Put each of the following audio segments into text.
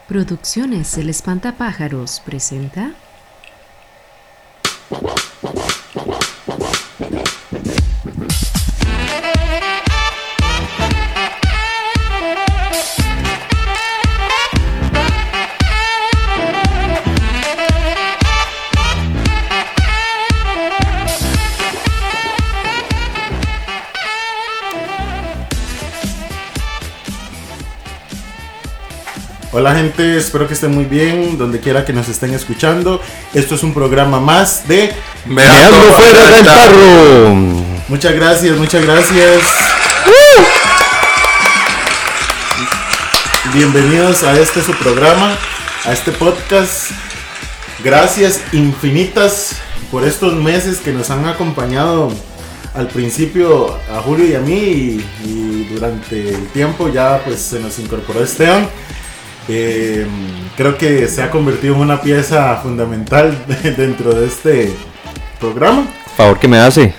Producciones El Espantapájaros presenta... Hola gente, espero que estén muy bien, donde quiera que nos estén escuchando. Esto es un programa más de Meando fuera del tarro. Muchas gracias, muchas gracias. Bienvenidos a este su programa, a este podcast. Gracias infinitas por estos meses que nos han acompañado al principio a Julio y a mí y durante el tiempo ya pues se nos incorporó Esteban. Creo que se ha convertido en una pieza fundamental dentro de este programa. Favor que me hace.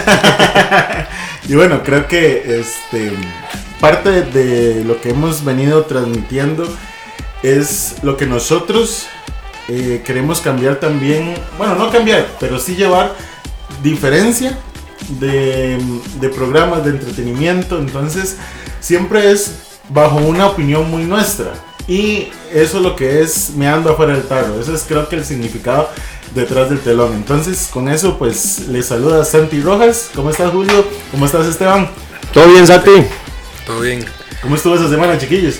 Y bueno, creo que parte de lo que hemos venido transmitiendo es lo que nosotros queremos cambiar también. Bueno, no cambiar, pero sí llevar diferencia de programas de entretenimiento. Entonces siempre es bajo una opinión muy nuestra. Y eso es lo que es meando afuera del tarro. Eso es creo que el significado detrás del telón. Entonces con eso pues les saluda Santi Rojas. ¿Cómo estás, Julio? ¿Cómo estás, Esteban? ¿Todo bien, Santi? Todo bien. ¿Cómo estuvo esa semana, chiquillos?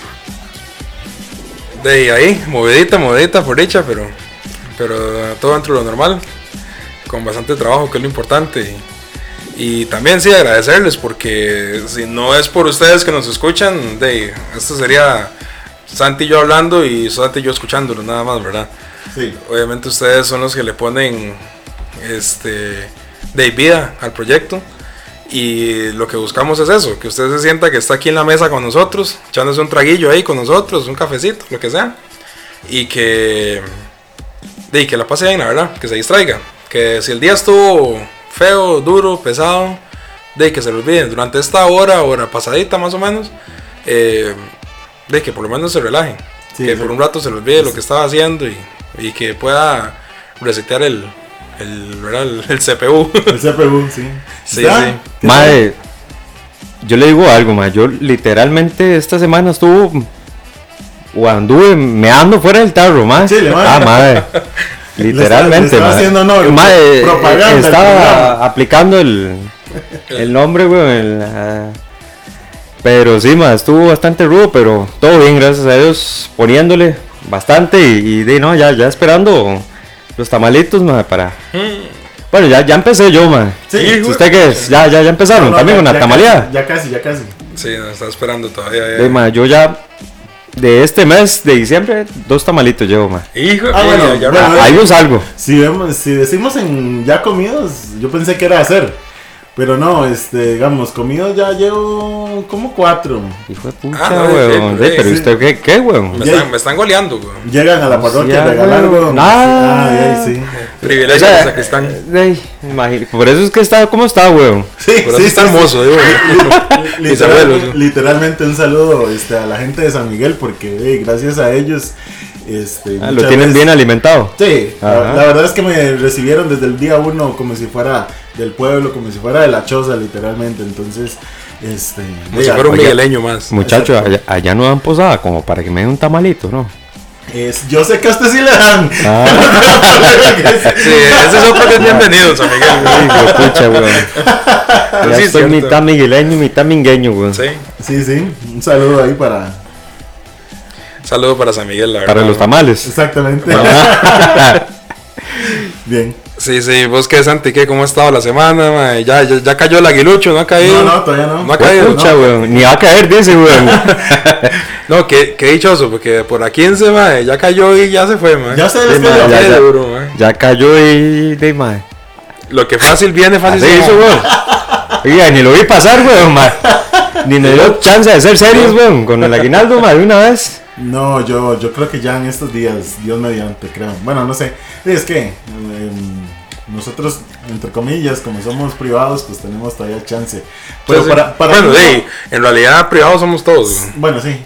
De ahí, movidita por dicha, pero todo dentro de lo normal. Con bastante trabajo, que es lo importante. Y también sí agradecerles, porque si no es por ustedes que nos escuchan, esto sería Santi y yo hablando y Santi y yo escuchándolo nada más, ¿verdad? Sí. Obviamente ustedes son los que le ponen de vida al proyecto, y lo que buscamos es eso, que usted se sienta que está aquí en la mesa con nosotros, echándose un traguillo ahí con nosotros, un cafecito, lo que sea, y que la pase bien, la verdad, que se distraiga, que si el día estuvo feo, duro, pesado, que se lo olviden durante esta hora pasadita más o menos, de que por lo menos se relajen, sí, que por un rato se le olvide lo que estaba haciendo y que pueda resetear el CPU. El CPU, sí. Sí. Mae, yo le digo algo, mae. Yo literalmente esta semana anduve meando fuera del tarro, mae. Sí, mae. Literalmente, le haciendo propaganda. Estaba aplicando el nombre, güey. Pero sí, ma, estuvo bastante rudo, pero todo bien, gracias a Dios, poniéndole bastante ya esperando los tamalitos, ma, para... Bueno, ya empecé yo, ma. Sí, ¿Usted qué es? ¿Ya empezaron también con la tamaleada? Ya casi. Sí, nos está esperando todavía. Ma, yo ya, de este mes de diciembre, 2 tamalitos llevo, ma. Hijo, ahí yo salgo. Si decimos en ya comidos, yo pensé que era hacer. Pero no, digamos, comidos ya llevo como 4. Hijo de pucha, weón. Pero ¿usted qué, weón? Me están goleando, weón. Llegan a la parroquia a regalar, weón. Sí. Privilegios, o sea, que están. Por eso es que está como está, weón. Sí, por eso está hermoso, digo. Literalmente un saludo a la gente de San Miguel, porque gracias a ellos. Lo tienen bien alimentado. Sí, la verdad es que me recibieron desde el día 1 como si fuera del pueblo, como si fuera de la choza, literalmente. Entonces, como si fuera un migueleño más. Muchachos, allá no dan posada como para que me den un tamalito, ¿no? Yo sé que a usted sí le dan. Sí, ese es otro que es bienvenido, San Miguel. Pucha, weón. Ya sí, soy mitad migueleño y mitad mingueño, weón. Sí. Un saludo ahí para... Saludo para San Miguel, la verdad. Para los tamales. Exactamente. Bien. Sí, vos qué, Santi, ¿qué? ¿Cómo ha estado la semana, mae? Ya cayó el aguilucho, ¿no ha caído? No, todavía no. No ha caído. Pucha, weón. Ni va a caer, dice, weón. No, qué dichoso, porque por aquí en mae, ya cayó y ya se fue, mae. Ya se despidió. Ya cayó y mae. Lo que fácil viene, fácil se hizo, weón. Oiga, ni lo vi pasar, weón, mae. Ni me dio chance de hacer series, weón, con el aguinaldo, mae, de una vez. No, yo creo que ya en estos días, Dios mediante, creo. Bueno, no sé. Es que nosotros, entre comillas, como somos privados, pues tenemos todavía chance. Pero en realidad privados somos todos. Bueno, sí.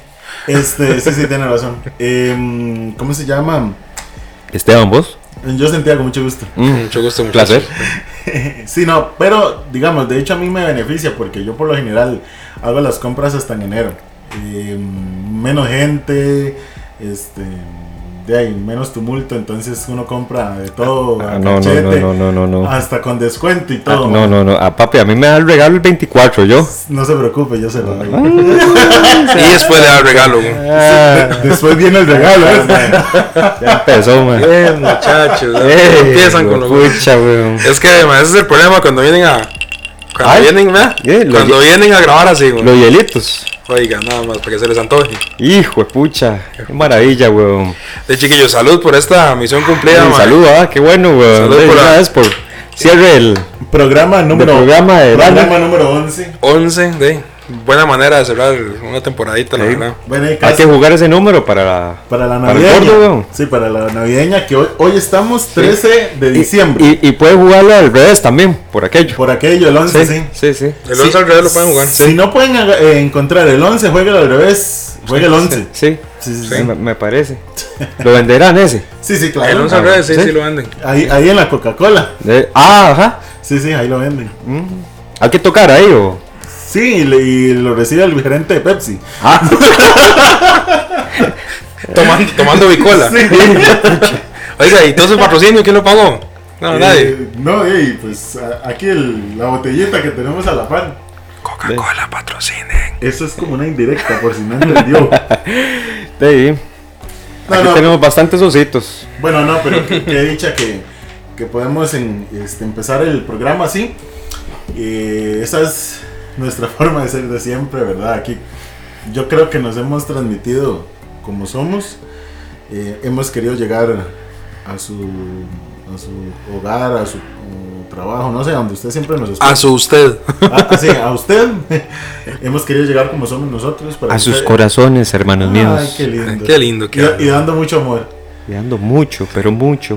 Sí, tiene razón. ¿Cómo se llama? Esteban, ¿vos? Yo sentía con mucho gusto. Mucho gusto, mucho Placer. Sí, no, pero digamos, de hecho a mí me beneficia porque yo por lo general hago las compras hasta en enero. Menos gente, de ahí, menos tumulto, entonces uno compra de todo, a cachete, no. hasta con descuento y todo. No. Papi, a mí me da el regalo el 24, yo. No se preocupe, yo se lo doy. Y después le da el regalo, güey. Después viene el regalo. Ya empezó, man. Bien, muchachos. Empiezan con lo pucha, weón. Es que además ese es el problema cuando vienen a. Cuando vienen a grabar así, güey. Los hielitos. Oiga, nada más para que se les antoje. Hijo de pucha, qué maravilla, weón. De chiquillos, salud por esta misión cumplida, man. Salud, qué bueno, weón. Salud por una vez por cierre el programa número 11. 11, buena manera de cerrar una temporadita, la verdad. Bueno, hay que jugar ese número para la navideña. Sí, para la navideña, que hoy estamos 13 de diciembre. Y puede jugarlo al revés también, por aquello. Por aquello, el 11, sí. El 11 al revés lo pueden jugar. Si no pueden encontrar el 11, jueguelo al revés, juegue el 11. Sí. Me parece. ¿Lo venderán ese? Sí, claro. El 11 al revés, sí lo venden. Ahí en la Coca-Cola. Ajá. Sí, ahí lo venden. ¿Hay que tocar ahí o...? Sí, y lo recibe el gerente de Pepsi. Tomando bicola. Sí. Oiga, ¿y todo ese patrocinio quién lo pagó? No, nadie. No, pues aquí la botellita que tenemos a la par. Coca-Cola patrocinen. Eso es como una indirecta, por si no entendió. Sí. Aquí tenemos bastantes ositos. Bueno, pero qué dicha que podemos empezar el programa así. Esa es nuestra forma de ser de siempre, ¿verdad? Aquí yo creo que nos hemos transmitido como somos. Hemos querido llegar a su hogar, a su trabajo, no sé, donde usted siempre nos escucha. A su usted. Sí, a usted. Hemos querido llegar como somos nosotros. Para a sus corazones, hermanos míos. Ay, qué lindo. Qué lindo. Y dando mucho amor. Y dando mucho, pero mucho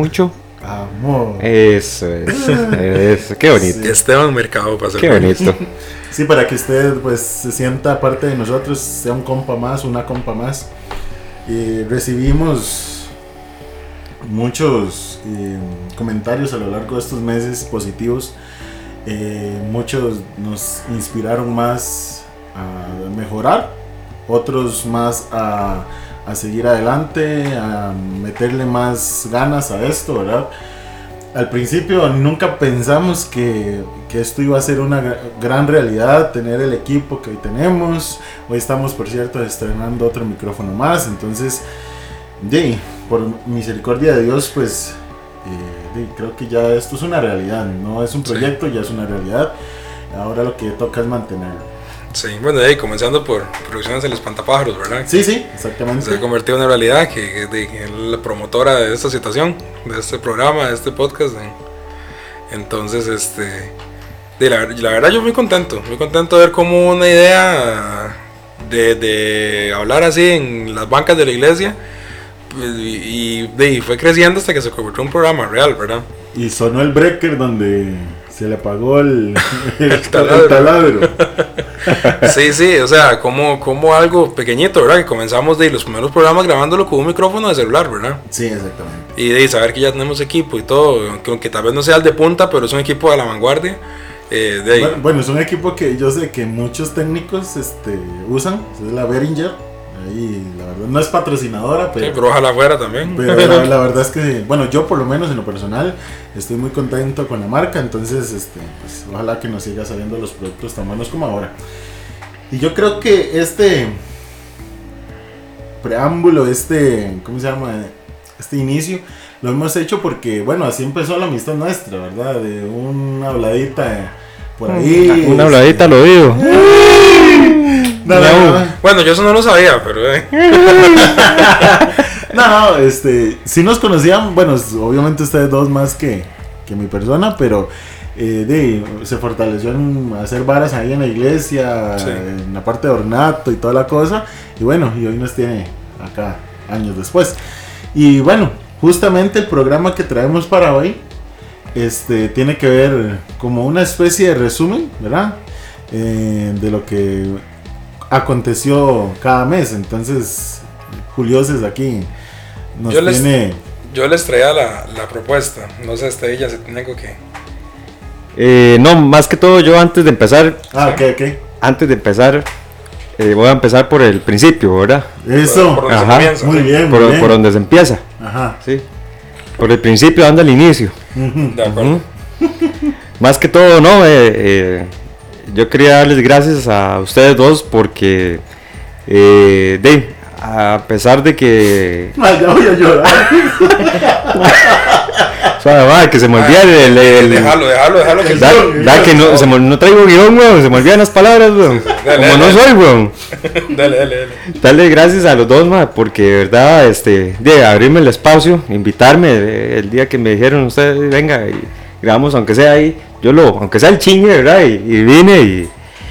amor. Eso es. Qué bonito. Sí. Esteban Mercado para qué bonito. Sí, para que usted pues se sienta parte de nosotros, sea un compa más, una compa más. Recibimos muchos comentarios a lo largo de estos meses positivos. Muchos nos inspiraron más a mejorar, otros más a seguir adelante, a meterle más ganas a esto, ¿verdad? Al principio nunca pensamos que esto iba a ser una gran realidad, tener el equipo que hoy tenemos. Hoy estamos, por cierto, estrenando otro micrófono más, entonces, por misericordia de Dios, pues creo que ya esto es una realidad, no es un proyecto, ya es una realidad. Ahora lo que toca es mantenerlo. Sí, bueno, comenzando por Producciones El Espantapájaros, ¿verdad? Sí, exactamente. Se ha convertido en una realidad que es la promotora de esta situación, de este programa, de este podcast. Entonces, la verdad yo muy contento de ver cómo una idea de hablar así en las bancas de la iglesia y fue creciendo hasta que se convirtió en un programa real, ¿verdad? Y sonó el breaker donde se le apagó el taladro. Sí, o sea, como algo pequeñito, ¿verdad? Que comenzamos los primeros programas grabándolo con un micrófono de celular, ¿verdad? Sí, exactamente. Y de saber que ya tenemos equipo y todo, aunque tal vez no sea el de punta, pero es un equipo de la vanguardia. Bueno, es un equipo que yo sé que muchos técnicos usan, es la Behringer. Ahí, la verdad, no es patrocinadora, pero, sí, pero ojalá fuera también. Pero la verdad es que, bueno, yo por lo menos en lo personal estoy muy contento con la marca, entonces pues, ojalá que nos siga saliendo los productos tan buenos como ahora. Y yo creo que este preámbulo, ¿cómo se llama? Este inicio lo hemos hecho porque, bueno, así empezó la amistad nuestra, ¿verdad? De una habladita por ahí. Una habladita al oído. No. Bueno, yo eso no lo sabía, pero sí nos conocían, bueno, obviamente ustedes dos más que mi persona, pero se fortaleció en hacer varas ahí en la iglesia, sí, en la parte de ornato y toda la cosa, y bueno, y hoy nos tiene acá años después. Y bueno, justamente el programa que traemos para hoy tiene que ver como una especie de resumen, ¿verdad? De lo que aconteció cada mes. Entonces, Julio es aquí. Nos Yo tiene... Yo les traía la propuesta. No sé, ella se tiene algo que... No, más que todo yo antes de empezar, ok. antes de empezar, voy a empezar por el principio, ¿verdad? Eso. Por donde se Ajá. comienza, Muy sí. bien, Por, muy bien. por donde se empieza, Ajá. ¿sí? Por el principio anda el inicio. De acuerdo. Más que todo, no, yo quería darles gracias a ustedes dos porque, a pesar de que, Ay, ya voy a llorar. que se me olvida Déjalo que da que no traigo guión, weón, se me olvidan las palabras, weón, Dale, como no dale. soy, weón. Dale. Darle gracias a los dos, ma, porque de verdad, de abrirme el espacio, invitarme el día que me dijeron ustedes, venga, y grabamos aunque sea ahí, aunque sea el chingue, ¿verdad? Y vine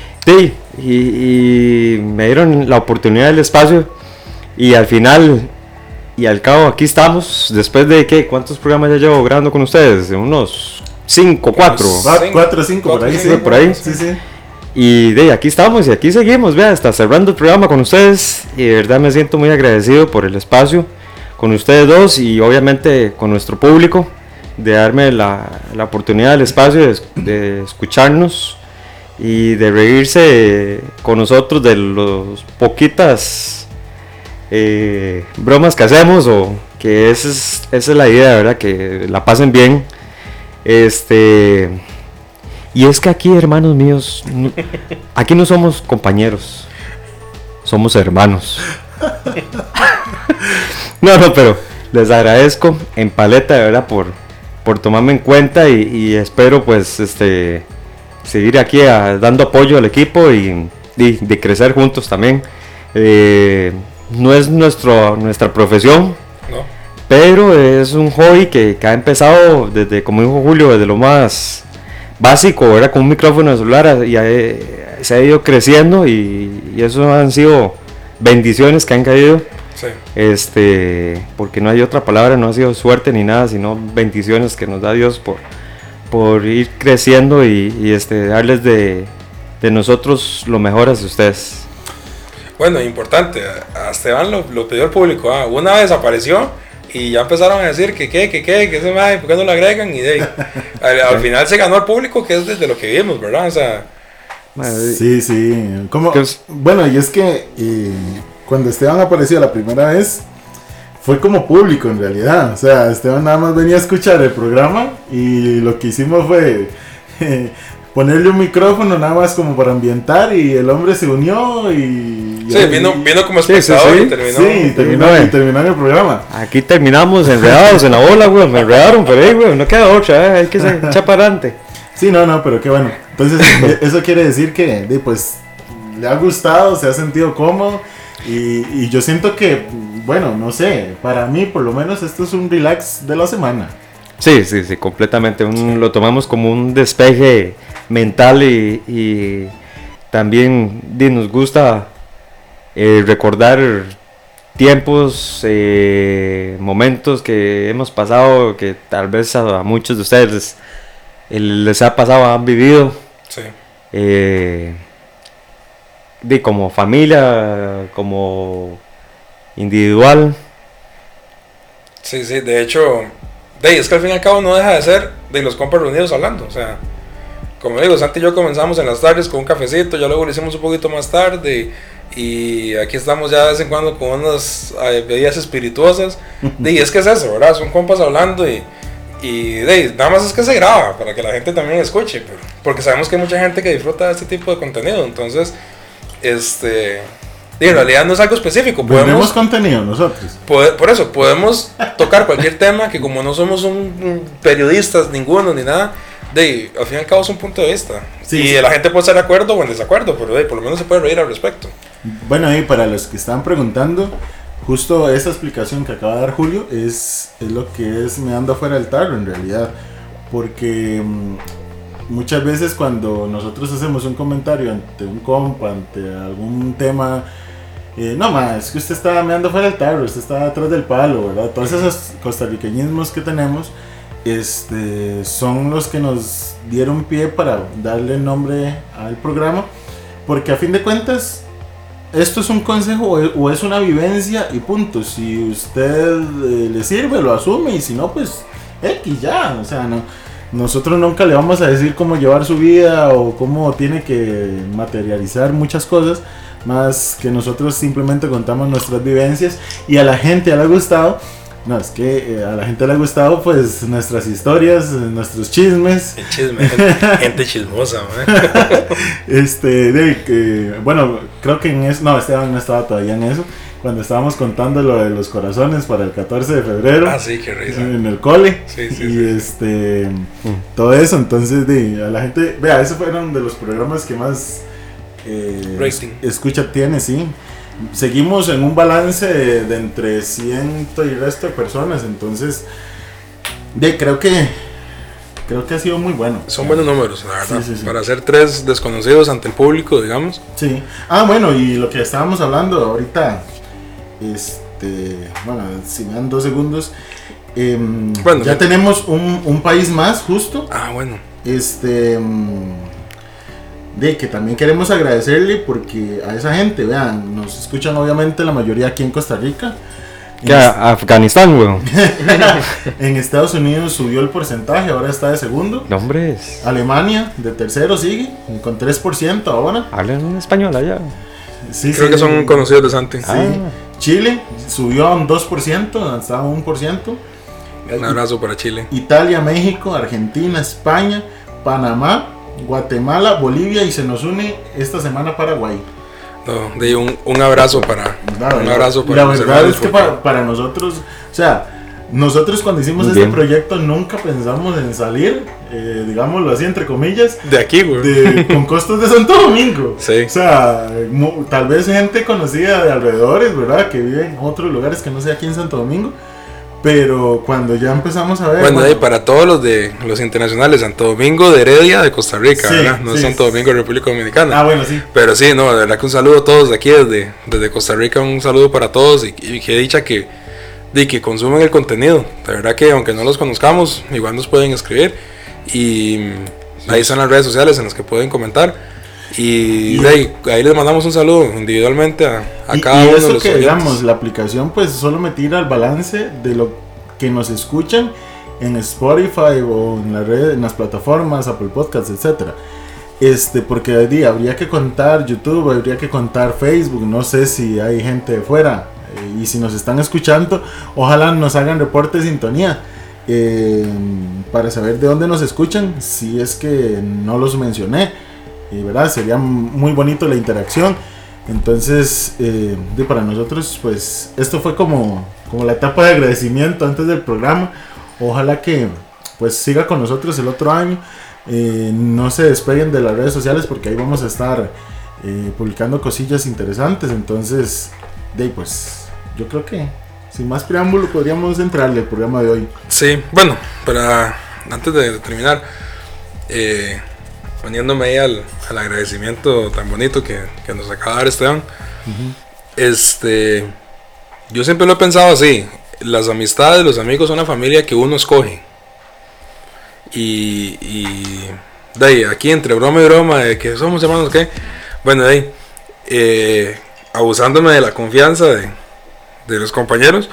y me dieron la oportunidad del espacio y al final y al cabo aquí estamos, después de ¿qué? ¿Cuántos programas ya llevo grabando con ustedes? Unos 5, 4. 4 o 5 por ahí, sí. Por ahí. Sí, sí. Y aquí estamos y aquí seguimos, vea, hasta cerrando el programa con ustedes y de verdad me siento muy agradecido por el espacio con ustedes dos y obviamente con nuestro público de darme la oportunidad, el espacio de escucharnos y de reírse con nosotros de los poquitas bromas que hacemos o que esa es la idea, ¿verdad? Que la pasen bien. Y es que aquí, hermanos míos, aquí no somos compañeros, somos hermanos. No, pero les agradezco en paleta, de verdad, por tomarme en cuenta y espero pues seguir aquí dando apoyo al equipo y de crecer juntos también. No es nuestra profesión, No. pero es un hobby que ha empezado desde, como dijo Julio, desde lo más básico, ¿verdad? Con un micrófono de celular y se ha ido creciendo y eso han sido bendiciones que han caído. Sí. Porque no hay otra palabra, no ha sido suerte ni nada, sino bendiciones que nos da Dios por ir creciendo y darles de nosotros lo mejor hacia ustedes. Bueno, importante, a Esteban lo pidió el público, una vez apareció y ya empezaron a decir que ese madre, ¿por qué no lo agregan? Y al final se ganó el público, que es desde lo que vimos, ¿verdad? O sea, Sí. Bueno, y es que cuando Esteban apareció la primera vez, fue como público en realidad. O sea, Esteban nada más venía a escuchar el programa y lo que hicimos fue ponerle un micrófono nada más como para ambientar y el hombre se unió y... sí, vino como espectador sí. y terminó. Sí, terminó en el programa. Aquí terminamos enredados en la bola, güey, me enredaron, pero ahí, güey, no queda otra, hay que echar para adelante. Sí, no, pero qué bueno. Entonces, eso quiere decir que, pues, le ha gustado, se ha sentido cómodo y yo siento que, bueno, no sé, para mí por lo menos esto es un relax de la semana. Sí, completamente. Lo tomamos como un despeje mental y también nos gusta recordar tiempos, momentos que hemos pasado, que tal vez a muchos de ustedes les ha pasado, han vivido. Sí. Como familia, como individual. Sí, de hecho, es que al fin y al cabo no deja de ser de los compas reunidos hablando, o sea, como digo, Santi y yo comenzamos en las tardes con un cafecito, ya luego lo hicimos un poquito más tarde y aquí estamos ya de vez en cuando con unas bebidas espirituosas, y es que es eso, ¿verdad? Son compas hablando y nada más es que se graba para que la gente también escuche, porque sabemos que hay mucha gente que disfruta de este tipo de contenido, entonces, en realidad no es algo específico. Tenemos contenido nosotros. Por eso, podemos tocar cualquier tema que como no somos periodistas ninguno ni nada, al fin y al cabo es un punto de vista. Sí, y la gente puede estar de acuerdo o en desacuerdo, pero por lo menos se puede reír al respecto. Bueno, y para los que están preguntando, justo esa explicación que acaba de dar Julio es lo que es me ando fuera del tarro en realidad. Porque muchas veces cuando nosotros hacemos un comentario ante un compa, ante algún tema, no más, es que usted está meando fuera del tarro, usted está atrás del palo, ¿verdad? Todos esos costarriqueñismos que tenemos son los que nos dieron pie para darle nombre al programa, porque a fin de cuentas esto es un consejo o es una vivencia y punto. Si usted le sirve, lo asume, y si no, pues X ya. O sea, no, nosotros nunca le vamos a decir cómo llevar su vida o cómo tiene que materializar muchas cosas, más que nosotros simplemente contamos nuestras vivencias, y a la gente le ha gustado. No, es que a la gente le ha gustado pues nuestras historias, nuestros chismes. El chisme, gente chismosa, bueno, creo que en eso, no, Esteban no estaba todavía en eso, cuando estábamos contando lo de los corazones para el 14 de febrero. Ah, sí, qué risa. En el cole. Sí, y sí. Todo eso, entonces a la gente, vea, esos fueron de los programas que más escucha tiene, sí. Seguimos en un balance de entre 100 y resto de personas, entonces creo que ha sido muy bueno. Son buenos números, la verdad, sí. para hacer 3 desconocidos ante el público, digamos. Sí. Bueno, y lo que estábamos hablando ahorita, bueno, si me dan 2 segundos, bueno, ya tenemos un país más, justo. Bueno. Que también queremos agradecerle porque a esa gente, vean, nos escuchan obviamente la mayoría aquí en Costa Rica. Afganistán, weón. En Estados Unidos subió el porcentaje, ahora está de segundo. Nombres. Alemania de tercero sigue, con 3% ahora. Hablan en español allá. Sí, creo que son conocidos de Santi. Sí. Chile subió a un 2%, hasta un 1%. Un abrazo para Chile. Italia, México, Argentina, España, Panamá, Guatemala, Bolivia, y se nos une esta semana Paraguay. No, de un abrazo para un abrazo para la verdad es que para nosotros, o sea, nosotros cuando hicimos este proyecto nunca pensamos en salir, digámoslo así entre comillas, de aquí, güey, con costos de Santo Domingo. Sí. O sea, tal vez gente conocida de alrededores, ¿verdad? Que vive en otros lugares que no sea aquí en Santo Domingo. Pero cuando ya empezamos a ver... Bueno, para todos los internacionales, Santo Domingo de Heredia de Costa Rica, sí, ¿verdad? No es Santo Domingo de República Dominicana. Bueno, sí. Pero sí, no, de verdad que un saludo a todos de aquí desde Costa Rica, un saludo para todos, y que dicha que consumen el contenido. De verdad que aunque no los conozcamos, igual nos pueden escribir, y ahí están las redes sociales en las que pueden comentar. Y ahí les mandamos un saludo individualmente a cada uno de los que oyentes. Digamos, la aplicación pues solo me tira el balance de lo que nos escuchan en Spotify o en las redes, en las plataformas, Apple Podcasts, etcétera. Porque habría que contar YouTube, habría que contar Facebook, no sé si hay gente de fuera, y si nos están escuchando, ojalá nos hagan reporte de sintonía, para saber de dónde nos escuchan, si es que no los mencioné. ¿Verdad? Sería muy bonito la interacción. Entonces, para nosotros, pues, esto fue como la etapa de agradecimiento antes del programa. Ojalá que pues siga con nosotros el otro año. No se despeguen de las redes sociales porque ahí vamos a estar publicando cosillas interesantes. Entonces, pues, yo creo que sin más preámbulo podríamos entrarle al programa de hoy. Sí, bueno, antes de terminar, poniéndome ahí al agradecimiento tan bonito que nos acaba de dar Esteban. Yo siempre lo he pensado así: las amistades, los amigos son una familia que uno escoge, y de ahí, aquí entre broma y broma de que somos hermanos, ¿qué? Bueno, de ahí, abusándome de la confianza de los compañeros,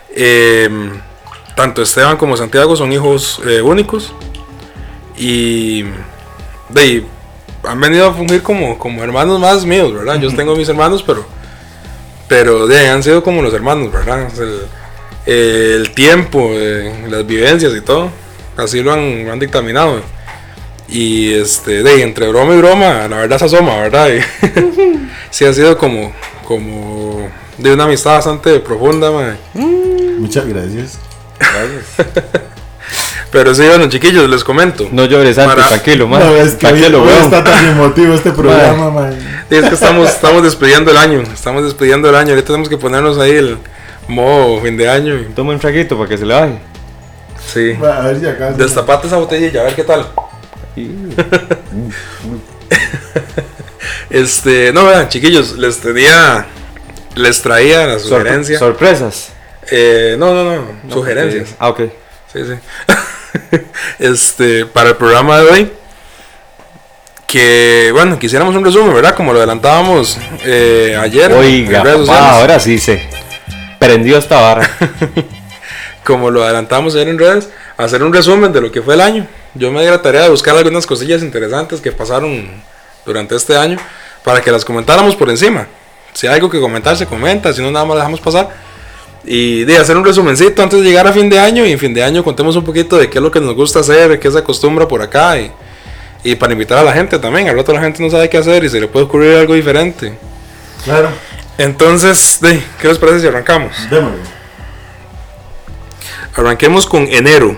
tanto Esteban como Santiago son hijos únicos, y de ahí han venido a fungir como hermanos más míos, ¿verdad? Yo tengo mis hermanos, pero de ahí han sido como los hermanos, ¿verdad? El tiempo, las vivencias y todo, así lo han dictaminado. Y de ahí, entre broma y broma, la verdad se asoma, ¿verdad? Y sí ha sido como de una amistad bastante profunda, man. Muchas gracias. Pero sí, bueno, chiquillos, les comento. No llores, Santi, tranquilo, man. No, es que hoy está tan emotivo este programa, man. Sí, es que estamos despidiendo el año. Ahorita tenemos que ponernos ahí el modo fin de año. Toma un traguito para que se le baje. Sí. A ver si acaso. Destapate esa botella, a ver qué tal. No, vean, chiquillos, les traía la sugerencia. ¿Sorpresas? No, sugerencias. Ok. Sí. Para el programa de hoy, que bueno, quisiéramos un resumen, ¿verdad? Como lo adelantábamos ayer. Oiga, en redes papá, sociales. ahora sí se prendió esta vara. Como lo adelantamos ayer en redes, hacer un resumen de lo que fue el año. Yo me di la tarea de buscar algunas cosillas interesantes que pasaron durante este año para que las comentáramos por encima. Si hay algo que comentar, se comenta, si no, nada más dejamos pasar. Y de hacer un resumencito antes de llegar a fin de año. Y en fin de año contemos un poquito de qué es lo que nos gusta hacer, qué se acostumbra por acá. Y para invitar a la gente también. Al rato la gente no sabe qué hacer y se le puede ocurrir algo diferente. Claro. Entonces, ¿qué les parece si arrancamos? Démosle. Arranquemos con enero.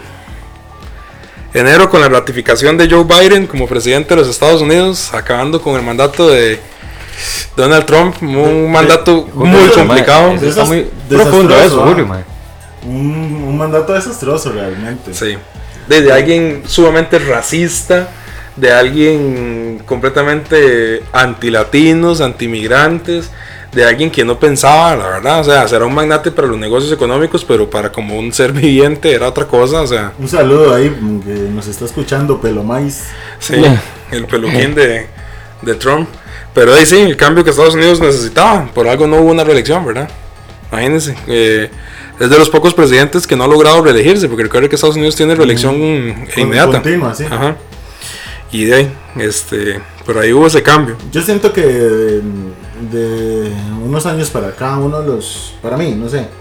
Enero con la ratificación de Joe Biden como presidente de los Estados Unidos, acabando con el mandato de Donald Trump, un mandato muy complicado. Eso está muy Desastroso, profundo eso, ¿ah? Julio, mae. Un mandato desastroso realmente. Sí, de alguien sumamente racista, de alguien completamente antilatinos, antimigrantes, de alguien que no pensaba, la verdad, o sea, será un magnate para los negocios económicos, pero para como un ser viviente era otra cosa, o sea. Un saludo ahí que nos está escuchando, Pelo Maíz. Sí, el peluquín de Trump. Pero ahí sí, el cambio que Estados Unidos necesitaba. Por algo no hubo una reelección, ¿verdad? Imagínense. Es de los pocos presidentes que no ha logrado reelegirse, porque recuerda que Estados Unidos tiene reelección inmediata. Continua, sí. Ajá. Y de ahí, por ahí hubo ese cambio. Yo siento que de unos años para acá, para mí, no sé,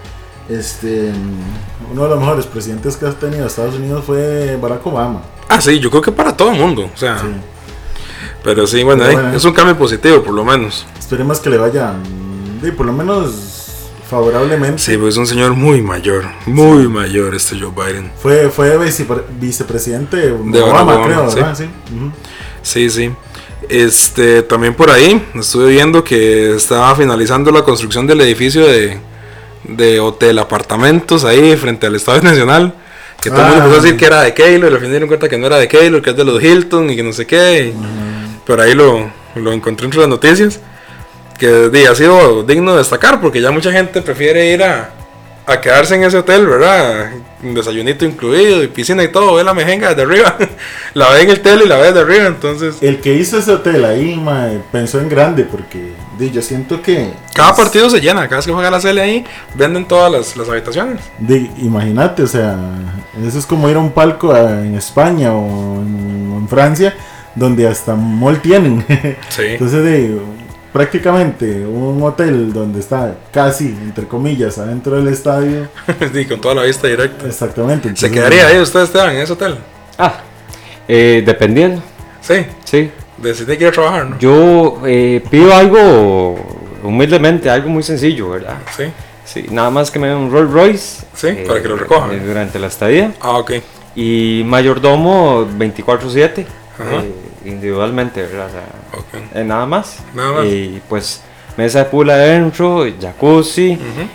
uno de los mejores presidentes que ha tenido Estados Unidos fue Barack Obama. Ah, sí, yo creo que para todo el mundo. O sea, Sí. pero sí, bueno, es un cambio positivo, por lo menos. Esperemos que le vaya, por lo menos favorablemente. Sí, pues es un señor muy mayor Joe Biden. Fue vicepresidente de Barack Obama, Obama, creo, sí. ¿verdad? Sí. Ujú. Sí, sí. También por ahí estuve viendo que estaba finalizando la construcción del edificio de hotel apartamentos ahí frente al Estadio Nacional. Que todo el mundo empezó a decir que era de Keylor, y al final dieron cuenta que no era de Keylor, que es de los Hilton y que no sé qué. Pero ahí lo encontré entre las noticias. Que ha sido digno de destacar porque ya mucha gente prefiere ir a quedarse en ese hotel, ¿verdad? Un desayunito incluido y piscina y todo, ve la mejenga desde arriba. La ve en el tele y la ve desde arriba, entonces. El que hizo ese hotel ahí, pensó en grande porque yo siento que Cada partido se llena, cada vez que juega la Cele ahí, venden todas las habitaciones. imagínate, o sea, eso es como ir a un palco en España o en Francia, donde hasta mall tienen. Sí. Entonces, prácticamente un hotel donde está casi, entre comillas, adentro del estadio. Sí, con toda la vista directa. Exactamente. ¿Se entonces, quedaría ahí usted, Esteban, en ese hotel? Dependiendo, Sí, sí. de si tiene que ir a trabajar, ¿no? Yo pido algo humildemente, algo muy sencillo, ¿verdad? Sí. Sí, nada más que me den un Rolls Royce. Sí, para que lo recojan. Durante la estadía. Ah, ok. Y mayordomo 24/7. Ajá. Individualmente, ¿verdad? O sea, Ok. nada más. Nada más. Y pues mesa de pool adentro, jacuzzi.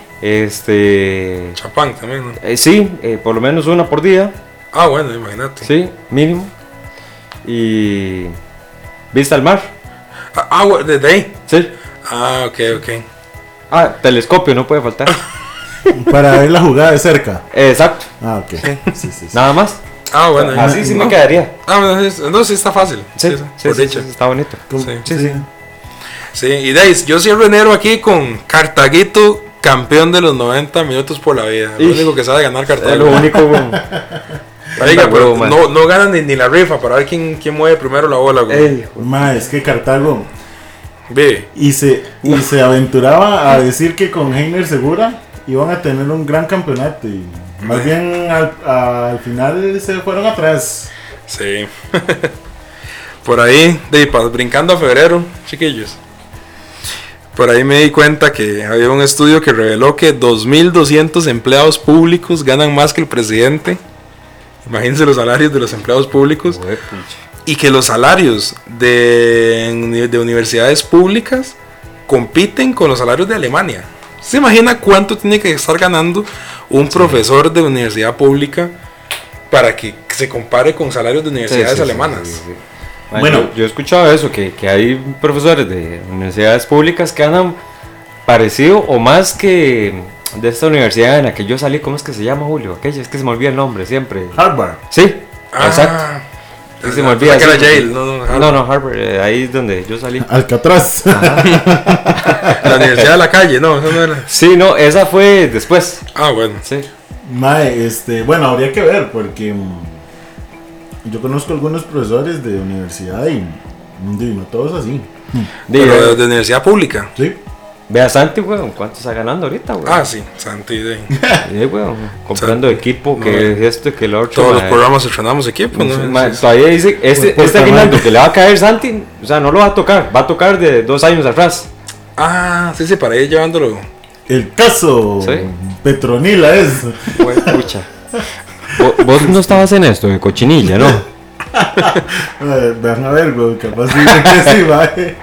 Ujú. Champán también, ¿no? Sí, por lo menos una por día. Ah, bueno, imagínate. Sí, mínimo. Y vista al mar. Desde ahí. Sí. Ah, ok. Telescopio no puede faltar. para ver la jugada de cerca. Exacto. Ah, ok. Sí. Nada más. Ah, bueno. Así sí no. me quedaría. Ah, bueno, no, sí está fácil. Sí, por dicha. está bonito. Sí. Sí, y Deis, yo cierro enero aquí con Cartaguito, campeón de los 90 minutos por la vida. Lo Ij. único que sabe ganar Es lo Cartago. único. Oiga, pero man. no ganan ni la rifa para ver quién mueve primero la bola, güey. Es que Cartago Vive. y se aventuraba a decir que con Heiner Segura iban a tener un gran campeonato y más bien al final se fueron atrás. Sí. Por ahí, brincando a febrero, chiquillos. Por ahí me di cuenta que había un estudio que reveló que 2.200 empleados públicos ganan más que el presidente. Imagínense los salarios de los empleados públicos. Y que los salarios de universidades públicas compiten con los salarios de Alemania. ¿Se imagina cuánto tiene que estar ganando un profesor de universidad pública para que se compare con salarios de universidades alemanas? Sí. Bueno, yo he escuchado eso, que hay profesores de universidades públicas que ganan parecido o más que de esta universidad en la que yo salí. ¿Cómo es que se llama, Julio? Aquella, es que se me olvida el nombre siempre. Harvard. Sí, exacto. Sí, se me olvida. Que era sí, Yale, no, Harvard. No, Harvard, ahí es donde yo salí. Alcatraz. La Universidad de la Calle, no, eso no era. Sí, no, esa fue después. Ah, bueno. Sí. Mae, bueno, habría que ver porque yo conozco algunos profesores de universidad y no todos así. Pero de universidad pública. Sí. Ve a Santi, weón, ¿cuánto está ganando ahorita, weón? Ah, sí, Santi. Sí, weón, comprando equipo, que es esto, que lo otro. Todos los mae. programas estrenamos equipo, ¿no? Mae, todavía dice, este aguinaldo que le va a caer Santi, o sea, no lo va a tocar, va a tocar de 2 años atrás. Ah, sí, para ir llevándolo. El caso Sí. Petronila es. Güey, pucha. Vos no estabas en esto, de cochinilla, ¿no? Vean a ver, güey, capaz dicen que sí, mae.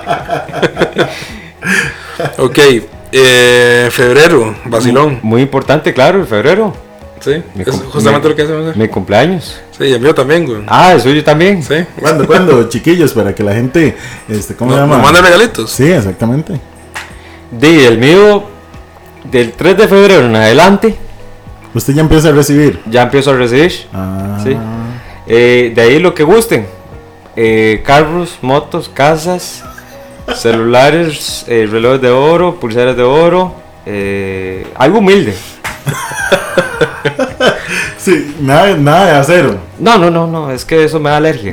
Ok, febrero, vacilón. Muy importante, claro, en febrero. Sí, es justamente lo que hacemos. Mi cumpleaños. Sí, y el mío también, güey. Ah, el suyo también. Sí. ¿Cuándo, chiquillos? Para que la gente, ¿cómo se llama? ¿Nos mandan regalitos? Sí, exactamente. El mío, del 3 de febrero en adelante, Usted ya empieza a recibir. ya empiezo a recibir. Ah. Sí. De ahí lo que gusten. Carros, motos, casas, celulares, relojes de oro, pulseras de oro. Algo humilde. Sí, nada de acero. No, es que eso me da alergia.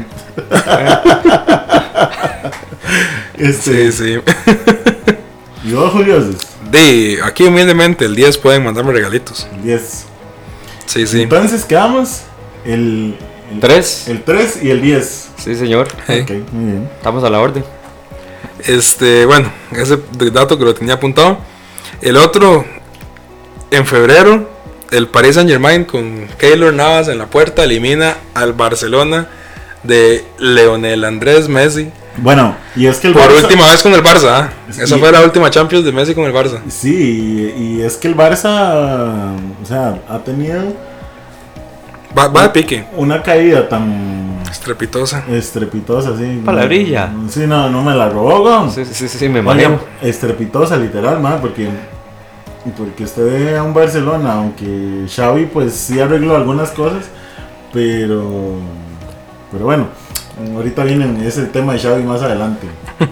Sí, sí. Y vos, Juliosos, De aquí humildemente, el 10 pueden mandarme regalitos. el 10. Sí, sí. Entonces quedamos el 3. el 3 y el 10. Sí, señor. Hey. Ok, muy bien. Estamos a la orden. Bueno, ese dato que lo tenía apuntado. El otro, en febrero, el Paris Saint Germain con Keylor Navas en la puerta elimina al Barcelona de Lionel Andrés Messi. Bueno, y es que el Por Barça, última vez con el Barça, ¿eh? Esa Y- fue la última Champions de Messi con el Barça. Sí, y es que el Barça, o sea, ha tenido Va de pique, una caída tan estrepitosa. estrepitosa, así. Palabrilla. Sí, no me la robó, güey. Sí, me manejo. Estrepitosa, literal, man, porque usted ve a un Barcelona, aunque Xavi pues sí arregló algunas cosas, pero bueno, ahorita viene ese tema de Xavi más adelante.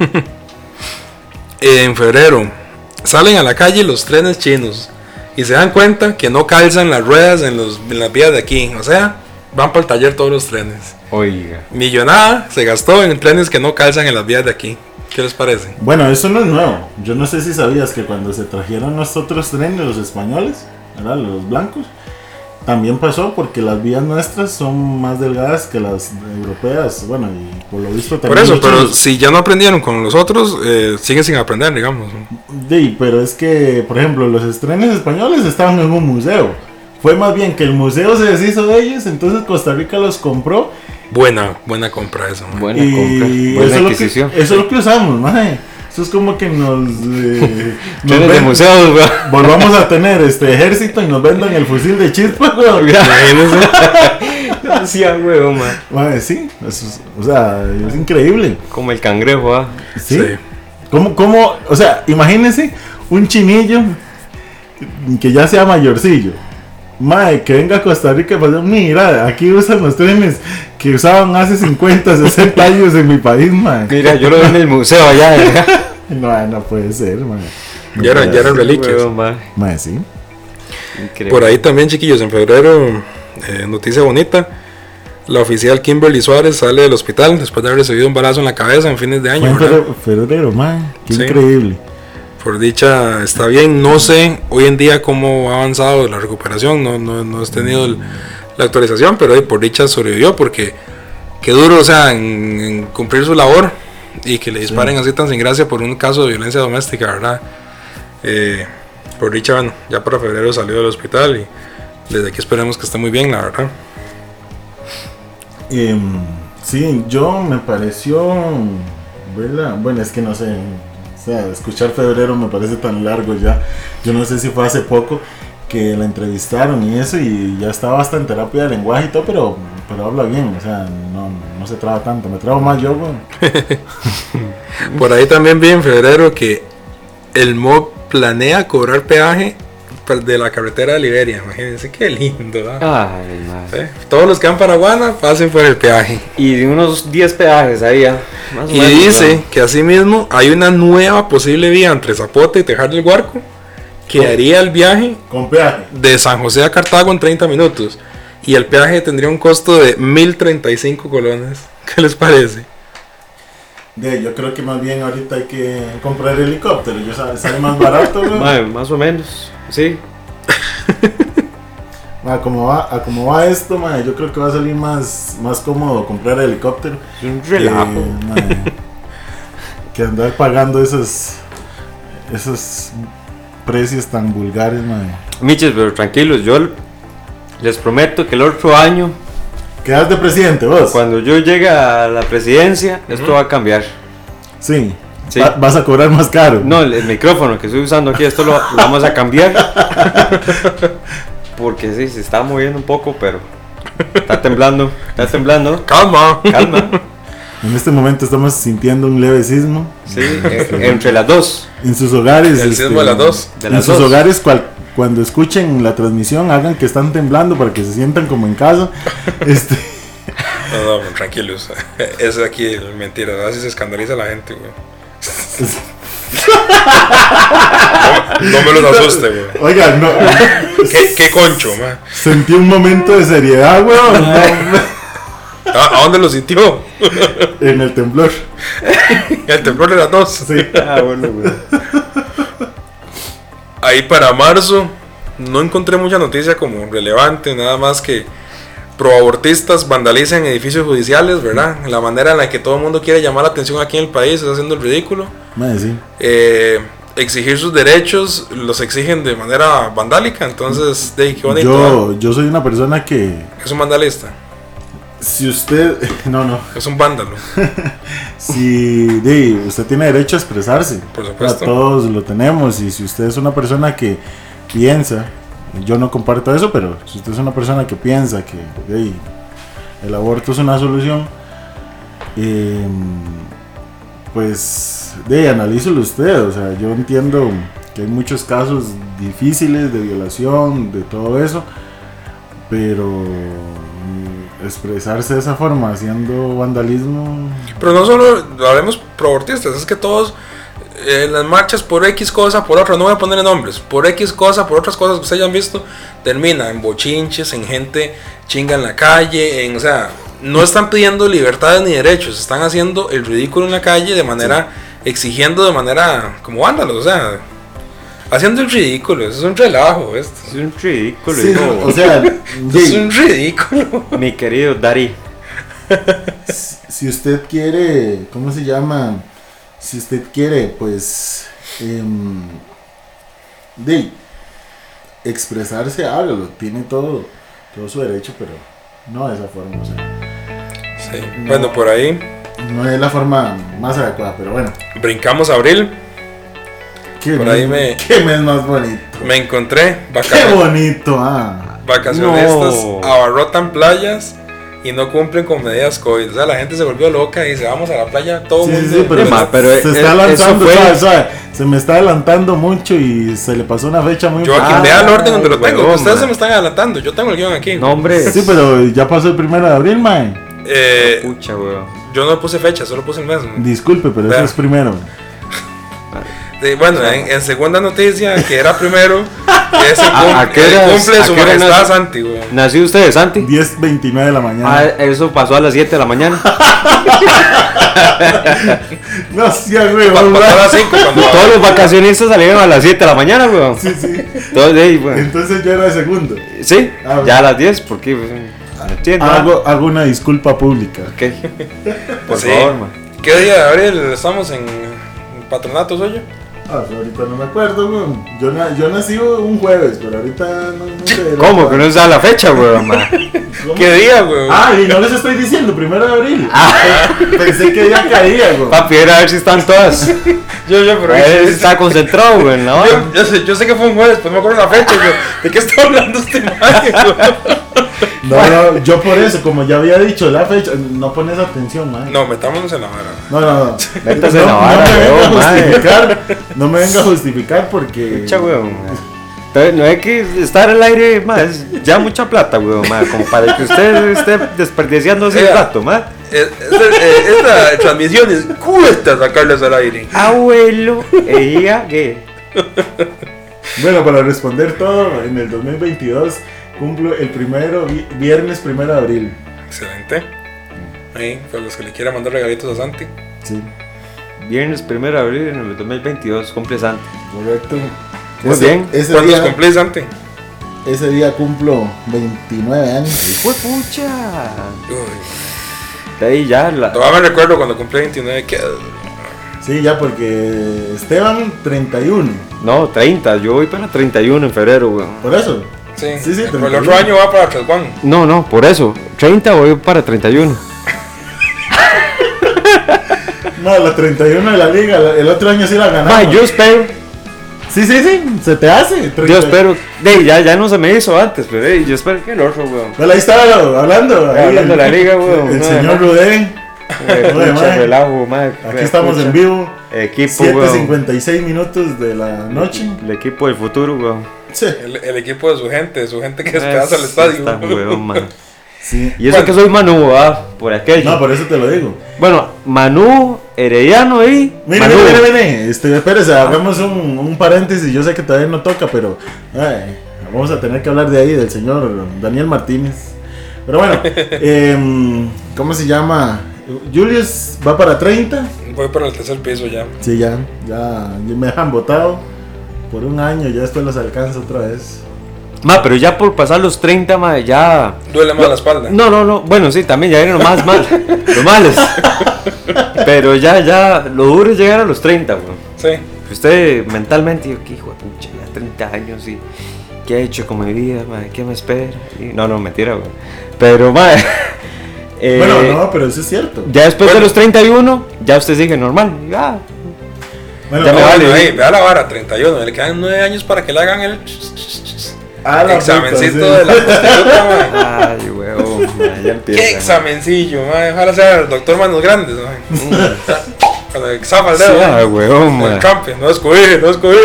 En febrero salen a la calle los trenes chinos y se dan cuenta que no calzan las ruedas en las vías de aquí. O sea, van para el taller todos los trenes. Oiga. Millonada se gastó en trenes que no calzan en las vías de aquí. ¿Qué les parece? Bueno, eso no es nuevo. Yo no sé si sabías que cuando se trajeron los otros trenes, los españoles, ¿verdad? Los blancos, también pasó porque las vías nuestras son más delgadas que las europeas. Bueno, y por lo visto Por también eso, los pero chinos. si ya no aprendieron con los otros, siguen sin aprender, digamos, ¿no? Sí, pero es que, por ejemplo, los trenes españoles estaban en un museo. Fue más bien que el museo se deshizo de ellos, entonces Costa Rica los compró. Buena compra eso, man. Buena Y compra. eso Buena es lo que, adquisición. eso es lo que usamos, maje. Eso es como que nos Trenes de museos, güey. volvamos a tener ejército y nos vendan el fusil de chispa, güey. Sí, a huevo, man. Maje, sí, o sea, es increíble. Como el cangrejo, ¿ah? ¿Sí? Sí. ¿Cómo? O sea, imagínense un chinillo que ya sea mayorcillo. Mae, que venga a Costa Rica y pues, mira, aquí usan los trenes que usaban hace 50, 60 años en mi país, mae. Mira, yo lo veo en el museo allá. No puede ser, mae. Ya eran reliquias. Huevo, man. Mae, sí. Increíble. Por ahí también, chiquillos, en febrero, noticia bonita. La oficial Kimberly Suárez sale del hospital después de haber recibido un balazo en la cabeza en fines de Fue año, en ¿verdad? febrero, mae. Qué Sí. increíble. Por dicha está bien, no sé hoy en día cómo ha avanzado la recuperación, no has tenido la actualización, pero por dicha sobrevivió porque qué duro, o sea, en cumplir su labor y que le disparen así tan sin gracia por un caso de violencia doméstica, ¿verdad? Por dicha, bueno, ya para febrero salió del hospital y desde aquí esperemos que esté muy bien, la verdad. Sí, yo me pareció, ¿verdad? Bueno, es que no sé, o sea, escuchar febrero me parece tan largo ya. Yo no sé si fue hace poco que la entrevistaron y eso, y ya estaba hasta en terapia de lenguaje y todo, pero habla bien, o sea, no se traba tanto, me trabo más yo, güey. Por ahí también vi en febrero que el MOB planea cobrar peaje de la carretera de Liberia. Imagínense qué lindo, ¿no? Ay, madre. ¿Sí? Todos los que van para Guana pasen por el peaje. Y de unos 10 peajes ahí ya. Más o Y menos, dice ¿no? que asimismo hay una nueva posible vía entre Zapote y Tejar del Guarco que haría el viaje Con peaje. de San José a Cartago en 30 minutos. Y el peaje tendría un costo de 1.035 colones. ¿Qué les parece? Yo creo que más bien ahorita hay que comprar helicóptero. Sale más barato, güey. Madre, más o menos, sí. A como va esto, madre, yo creo que va a salir más cómodo comprar helicóptero. Es un relajo. Madre, que andar pagando esos precios tan vulgares, madre. Miches, pero tranquilos, yo les prometo que el otro año, ¿Quedas de presidente vos? cuando yo llegue a la presidencia, esto va a cambiar. Sí. Sí. Vas a cobrar más caro. No, el micrófono que estoy usando aquí, esto lo vamos a cambiar. Porque sí, se está moviendo un poco, pero está temblando. ¡Calma! Calma. En este momento estamos sintiendo un leve sismo. Sí, entre las dos. En sus hogares. El sismo de las dos. De En las sus dos. hogares, cuando escuchen la transmisión, hagan que están temblando para que se sientan como en casa. No, tranquilos. Es aquí mentira. Así se escandaliza la gente, güey. No me los asuste, güey. Oigan, no. ¿Qué concho, man? Sentí un momento de seriedad, weón. ¿A dónde lo sintió? En el temblor. El temblor de las dos. Sí. Ah, bueno, güey. Ahí para marzo no encontré mucha noticia como relevante, nada más que proabortistas vandalicen edificios judiciales, ¿verdad? La manera en la que todo el mundo quiere llamar la atención aquí en el país es haciendo el ridículo. Madre, sí. Exigir sus derechos los exigen de manera vandálica, entonces, qué bonito. Yo soy una persona que, Es un vandalista, si usted, no, es un vándalo. si usted tiene derecho a expresarse, Por supuesto. todos lo tenemos, y si usted es una persona que piensa, yo no comparto eso, pero si usted es una persona que piensa que el aborto es una solución, pues analícelo usted. O sea, yo entiendo que hay muchos casos difíciles de violación, de todo eso, pero expresarse de esa forma haciendo vandalismo. Pero no solo hablemos proabortistas, es que todos en las marchas por X cosa, por otra, no voy a ponerle nombres, por X cosa, por otras cosas que ustedes hayan visto, termina en bochinches, en gente chinga en la calle, o sea, no están pidiendo libertades ni derechos, están haciendo el ridículo en la calle de manera, exigiendo de manera como vándalos, o sea, haciendo el ridículo, eso es un relajo esto. Es un ridículo. Sí, hijo. o sea, Es un ridículo. Mi querido Dari. si usted quiere, ¿cómo se llama? Si usted quiere, pues, expresarse, hágalo, tiene todo su derecho, pero no de esa forma, o sea, Sí. No. Bueno, por ahí no es la forma más adecuada, pero bueno. brincamos a abril, ¿Qué Por mes, ahí me- qué mes más bonito? me encontré ¡Qué bonito! Ah. vacacionistas No. abarrotan playas y no cumplen con medidas COVID. O sea, la gente se volvió loca y dice, vamos a la playa, todo el Sí, mundo. sí, pero, Ma, pero se eso está lanzando, fue- ¿sabe? Se me está adelantando mucho y se le pasó una fecha muy Yo aquí Ah, vea el orden donde lo tengo. huevón, Ustedes ma. se me están adelantando. Yo tengo el guión aquí. No, hombre. Sí, pero ya pasó el 1 de abril, mae. Pucha, weón. Yo no puse fecha, solo puse el mes. ma. Disculpe, pero Vea. eso es primero. Sí, bueno, en segunda noticia, que era primero, es el, ¿A qué horas- cumple a su qué hora majestad nace? Santi, güey. ¿Nació usted, Santi? 10:29 de la mañana. Ah, eso pasó a las 7 de la mañana. No, sí, güey, Pasó a las 5 cuando... Todos los vacacionistas salieron a las 7 de la mañana, weón. Sí, sí. Todos de ahí, weón. Entonces yo era de segundo. Sí, Ah, ya a las 10, porque no entiendo. Hago una disculpa pública. Ok. Por Sí. favor, man. ¿Qué día de abril estamos en patronato suyo? Ah, pero ahorita no me acuerdo, güey. Yo nací un jueves, pero ahorita no sé. ¿Cómo? Que no se da la fecha, weón, man. ¿Cómo? ¿Qué día, güey? Ah, y no les estoy diciendo, 1 de abril. Pensé que ya caía, güey. Papi, era a ver si están todas. pero Él está concentrado, güey, en la hora. yo sé que fue un jueves, pues no me acuerdo la fecha, güey. ¿De qué está hablando este maje, güey? No, yo por eso, como ya había dicho la fecha, no pones atención, man. No, metámonos en la vara. No. Métase en la vara, me venga a weón, mae. justificar. No me venga a justificar porque. Pucha, weón. Entonces, no hay que estar al aire, ma, es ya mucha plata, weón, ma, como para que usted esté desperdiciando ese rato, ma. Esta transmisión cuesta sacarlas al aire. Abuelo, ella, ¿qué? Bueno, para responder todo, en el 2022 cumplo el viernes 1 de abril. Excelente. Ahí, para los que le quieran mandar regalitos a Santi. Sí, Viernes 1 de abril en el 2022, cumple Santi. correcto. Muy bien. ¿Cuántos cumplís, Santi? Ese día cumplo 29 años. ¡Fue pucha! Uy. De ahí ya Todavía me recuerdo cuando cumplí 29 que... Sí, ya porque Esteban 31. No, 30, yo voy para 31 en febrero, weón. Por eso. Sí, Sí, por el 31. otro año va para Tresguán. No, por eso. 30 voy para 31. No, la 31 de la liga, el otro año sí la ganamos. Ma, yo espero. Sí, se te hace. Yo espero. Ya no se me hizo antes, pero yo espero que el otro, weón. Well, ahí estaba hablando. Ahí Hablando de la liga, weón. El No, señor no. Rudé. Oye, Pucha, mae. relajo, mae. Aquí estamos en vivo. Equipo, weón. 7:56 minutos de la noche. El equipo del futuro, weón. Sí. El equipo de su gente que despedaza el estadio. Está, weón, man. Sí. Y eso Bueno. que soy Manu, por aquello. No, por eso te lo digo. Bueno, Manu, Herediano ahí. Mire, Manu. mire. Espérese, hagamos un paréntesis. Yo sé que todavía no toca, pero vamos a tener que hablar de ahí, del señor Daniel Martínez. Pero bueno, ¿cómo se llama? Julius va para 30. Voy para el tercer piso ya. Sí, ya me dejan votado por un año. Ya después los alcanzo otra vez. Ma, pero ya por pasar los 30, ma, ya. Duele más la espalda. No. Bueno, sí, también ya vienen lo más mal. Lo males. Pero ya, lo duro es llegar a los 30, weón. Sí. Usted mentalmente, yo, que hijo de pucha, ya 30 años y. ¿Qué he hecho con mi vida, ma? ¿Qué me espera? Y, no, mentira, weón. Pero, ma. Bueno, no, pero eso es cierto. Ya después Bueno. de los 31, ya usted sigue normal. Ya. Bueno, Ya me no, vale. Ahí, vea la vara, 31. Le quedan 9 años para que le hagan el a la examencito puta, sí. de la prostituta, mae. Ay, weón, ma, ya empieza. Qué examencillo, mae. Ojalá sea el doctor Manos Grandes, mae. Cuando zafa el Sí, dedo. ay, weón, El ma. campe, no descubrir.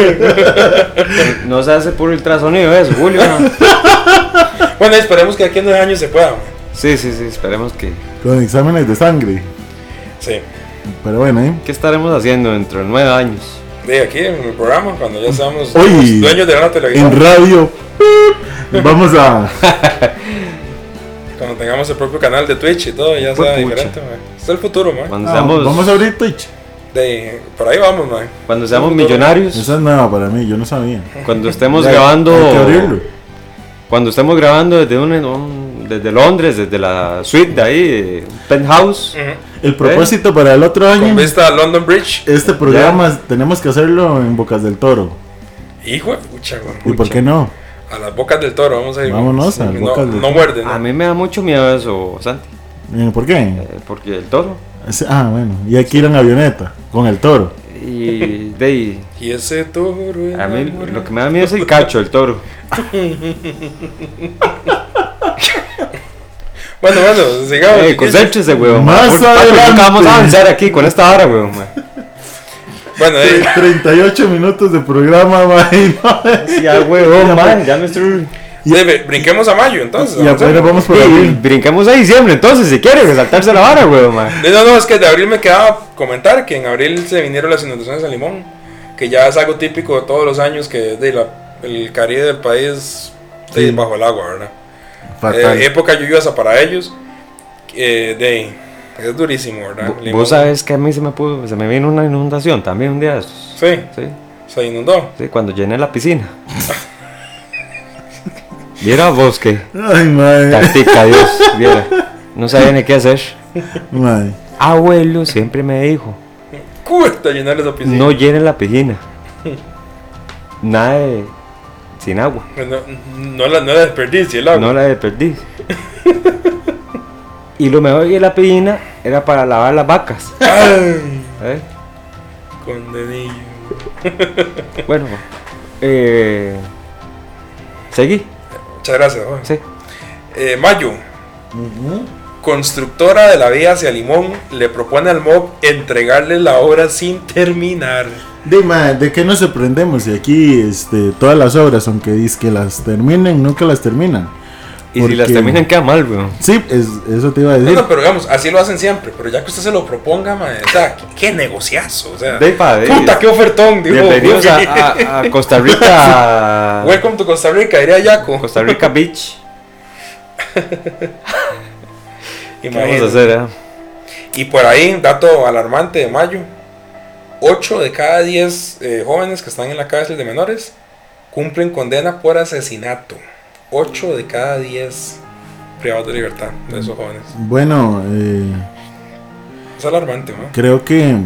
No se hace por ultrasonido eso, Julio. ¿No? Bueno, esperemos que aquí en 9 años se pueda, mae. Sí, esperemos que. Con exámenes de sangre. Sí. Pero bueno, ¿Qué estaremos haciendo dentro de 9 años? De aquí en el programa, cuando ya seamos Hoy, dueños de una televisión. en radio. Vamos a. Cuando tengamos el propio canal de Twitch y todo, ya Pues sea pucha. diferente, mae. Es el futuro, mae. Cuando seamos, Vamos a abrir Twitch. Por ahí vamos, mae. cuando seamos El futuro. millonarios, Esa es nueva para mí, yo no sabía. cuando estemos Ya, grabando. hay que abrirlo. Cuando estemos grabando desde Londres, desde la suite de ahí, penthouse. Ujú. El propósito para el otro año. Con vista a London Bridge. Este programa tenemos que hacerlo en Bocas del Toro. Hijo de pucha, güey. ¿Y por qué no? A las bocas del toro, vamos a ir. Vámonos a las no, bocas del no toro. muerden, ¿no? A mí me da mucho miedo eso, Santi. ¿Por qué? Porque el toro. Bueno, y hay que ir en avioneta con el toro. Y de ahí, Y ese toro. a mí lo que me da miedo es el cacho, el toro. Bueno, sigamos. Concéntrese, weón. Más Por favor, adelante. nunca vamos a avanzar aquí con esta hora, weón. Bueno, 38 minutos de programa, man. Ya, weón, man, ya me estoy. brinquemos a mayo, entonces. Y apenas vamos por Sí, abril. brinquemos a diciembre, entonces, si quiere, saltarse la vara, weón, man. No, es que de abril me quedaba comentar que en abril se vinieron las inundaciones en Limón, que ya es algo típico de todos los años que el Caribe del país Sí. bajo el agua, ¿verdad? Fatal. Época lluviosa para ellos, es durísimo, ¿verdad? Limón. Vos sabes que a mí se me vino una inundación también un día de esos. Sí, Sí, se inundó. sí, cuando llené la piscina. Viera vos que Ay, madre. tactica, Dios, viera. No sabía ni qué hacer. Madre. Abuelo siempre me dijo, Cuesta llenar esa piscina. no llenen la piscina. Nada de sin agua. No la desperdicie el agua. No la perdí. Y lo mejor de la piscina era para lavar las vacas. Ay, ¿Eh? con dedillo. Bueno, seguí. Muchas gracias, Juan. Sí. Mayo. Ujú. Constructora de la vía hacia Limón le propone al MOB entregarle la obra sin terminar. ¿De qué nos sorprendemos? Si aquí todas las obras, aunque dicen que las terminen, nunca las terminan. Y si las terminan queda mal, weón. Sí, eso te iba a decir. No, pero digamos, así lo hacen siempre. Pero ya que usted se lo proponga, mae, o sea, qué negociazo. O sea, puta, qué ofertón. Digo, bienvenidos a Costa Rica. Welcome to Costa Rica, diría Yaco. Costa Rica Beach. ¿Qué vamos a hacer, Y por ahí, dato alarmante de mayo: 8 de cada 10 jóvenes que están en la cárcel de menores cumplen condena por asesinato. 8 de cada 10 privados de libertad de esos jóvenes. Bueno, es alarmante, ¿no? Creo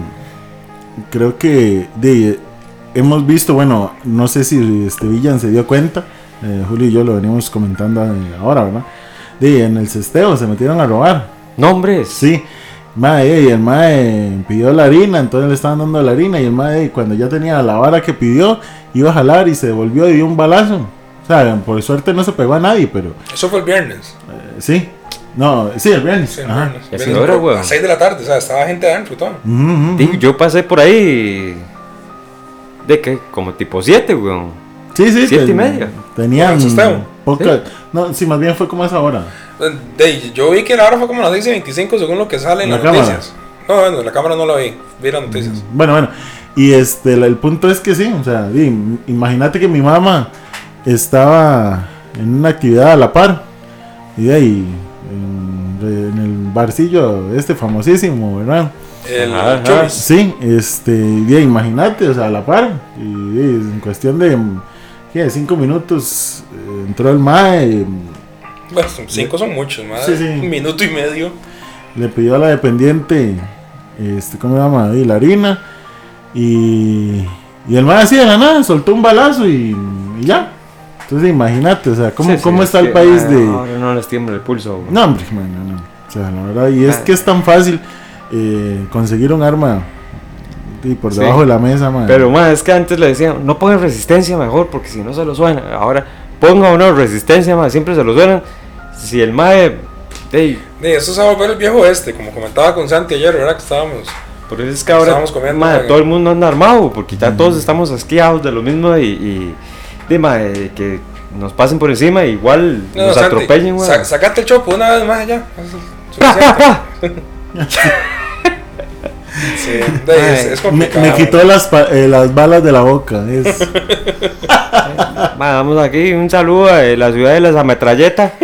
que hemos visto, bueno, no sé si Villan se dio cuenta, Julio y yo lo venimos comentando ahora, ¿verdad? En el cesteo se metieron a robar. Nombres. Sí. Y el mae pidió la harina, entonces le estaban dando la harina y el mae cuando ya tenía la vara que pidió, iba a jalar y se devolvió y dio un balazo. O sea, por suerte no se pegó a nadie, pero... Eso fue el viernes. Sí. No, sí, el viernes. Sí, el Ajá. viernes. A las 6 de la tarde, o sea, estaba gente adentro y todo. Digo, yo pasé por ahí... ¿De qué? Como tipo 7, weón. Sí, 7:30. Tenían poca... ¿Sí? No, sí, más bien fue como a esa hora. Yo vi que la hora fue como a las 6:25 según lo que sale en las noticias. No, bueno, en la cámara no la vi las noticias. Bueno. Y el punto es que sí, o sea, imagínate que mi mamá estaba en una actividad a la par y de ahí en el barcillo famosísimo, ¿verdad? Sí, imagínate, o sea, a la par y en cuestión de 5 minutos entró el mae. Bueno, 5 son muchos, más. Sí. 1 minuto y medio. Le pidió a la dependiente, ¿cómo se llama? La harina y el mae así de la nada soltó un balazo y ya. Entonces imagínate, o sea, cómo está el país de... Ahora no les tiembla el pulso. Bro. No, hombre, no. O sea, la verdad, y es que es tan fácil conseguir un arma por debajo de la mesa, man. Pero, es que antes le decían, no pongan resistencia mejor, porque si no se lo suena. Ahora, ponga una resistencia, siempre se lo suenan. Si el mae... eso se va a volver el viejo como comentaba con Santi ayer, ¿verdad? Que estábamos... Por eso es que ahora comiendo, todo el mundo anda armado, porque ya todos estamos asqueados de lo mismo y que nos pasen por encima, igual nos Santi, atropellen, güey. Sacate el chopo una vez más allá. Sí, es complicado. Me quitó las balas de la boca. Vamos aquí, un saludo a la ciudad de las ametralletas.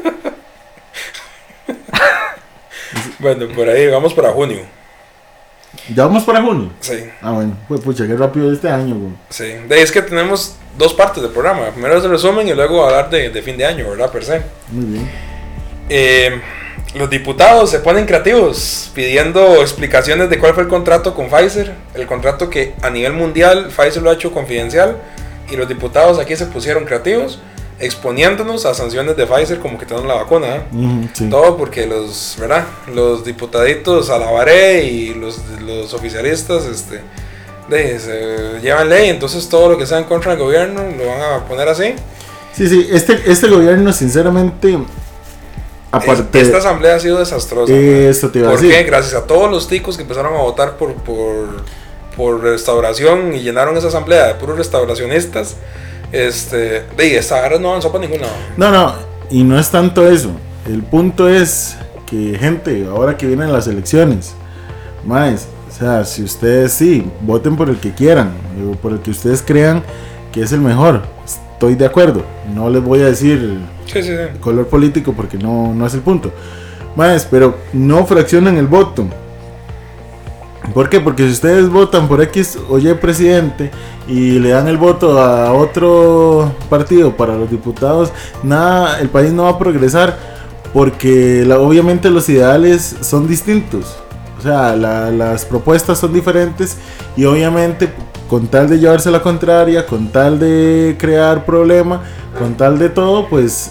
Bueno, por ahí vamos para junio. ¿Ya vamos para junio? Sí. Ah, bueno, pues pucha, qué rápido este año, güey. Sí, es que tenemos 2 partes del programa. Primero es el resumen y luego hablar de fin de año, ¿verdad? Per se. Muy bien. Los diputados se ponen creativos pidiendo explicaciones de cuál fue el contrato con Pfizer. El contrato que a nivel mundial Pfizer lo ha hecho confidencial. Y los diputados aquí se pusieron creativos, exponiéndonos a sanciones de Pfizer como que tenemos la vacuna, ¿eh? Sí. Todo porque los diputaditos Alabaré y los oficialistas se llevan ley, entonces todo lo que sea en contra del gobierno lo van a poner así. Sí, este gobierno sinceramente, aparte... Esta asamblea ha sido desastrosa. Eso te iba a decir. Porque gracias a todos los ticos que empezaron a votar por restauración y llenaron esa asamblea de puros restauracionistas, esta área no avanzó para ningún lado. No, y no es tanto eso. El punto es que, gente, ahora que vienen las elecciones, o sea, si ustedes voten por el que quieran, por el que ustedes crean que es el mejor, estoy de acuerdo. No les voy a decir color político porque no es el punto. Pero no fraccionen el voto. ¿Por qué? Porque si ustedes votan por X o Y presidente y le dan el voto a otro partido para los diputados, el país no va a progresar porque obviamente los ideales son distintos. O sea, las propuestas son diferentes y obviamente con tal de llevarse la contraria, con tal de crear problema, con tal de todo, pues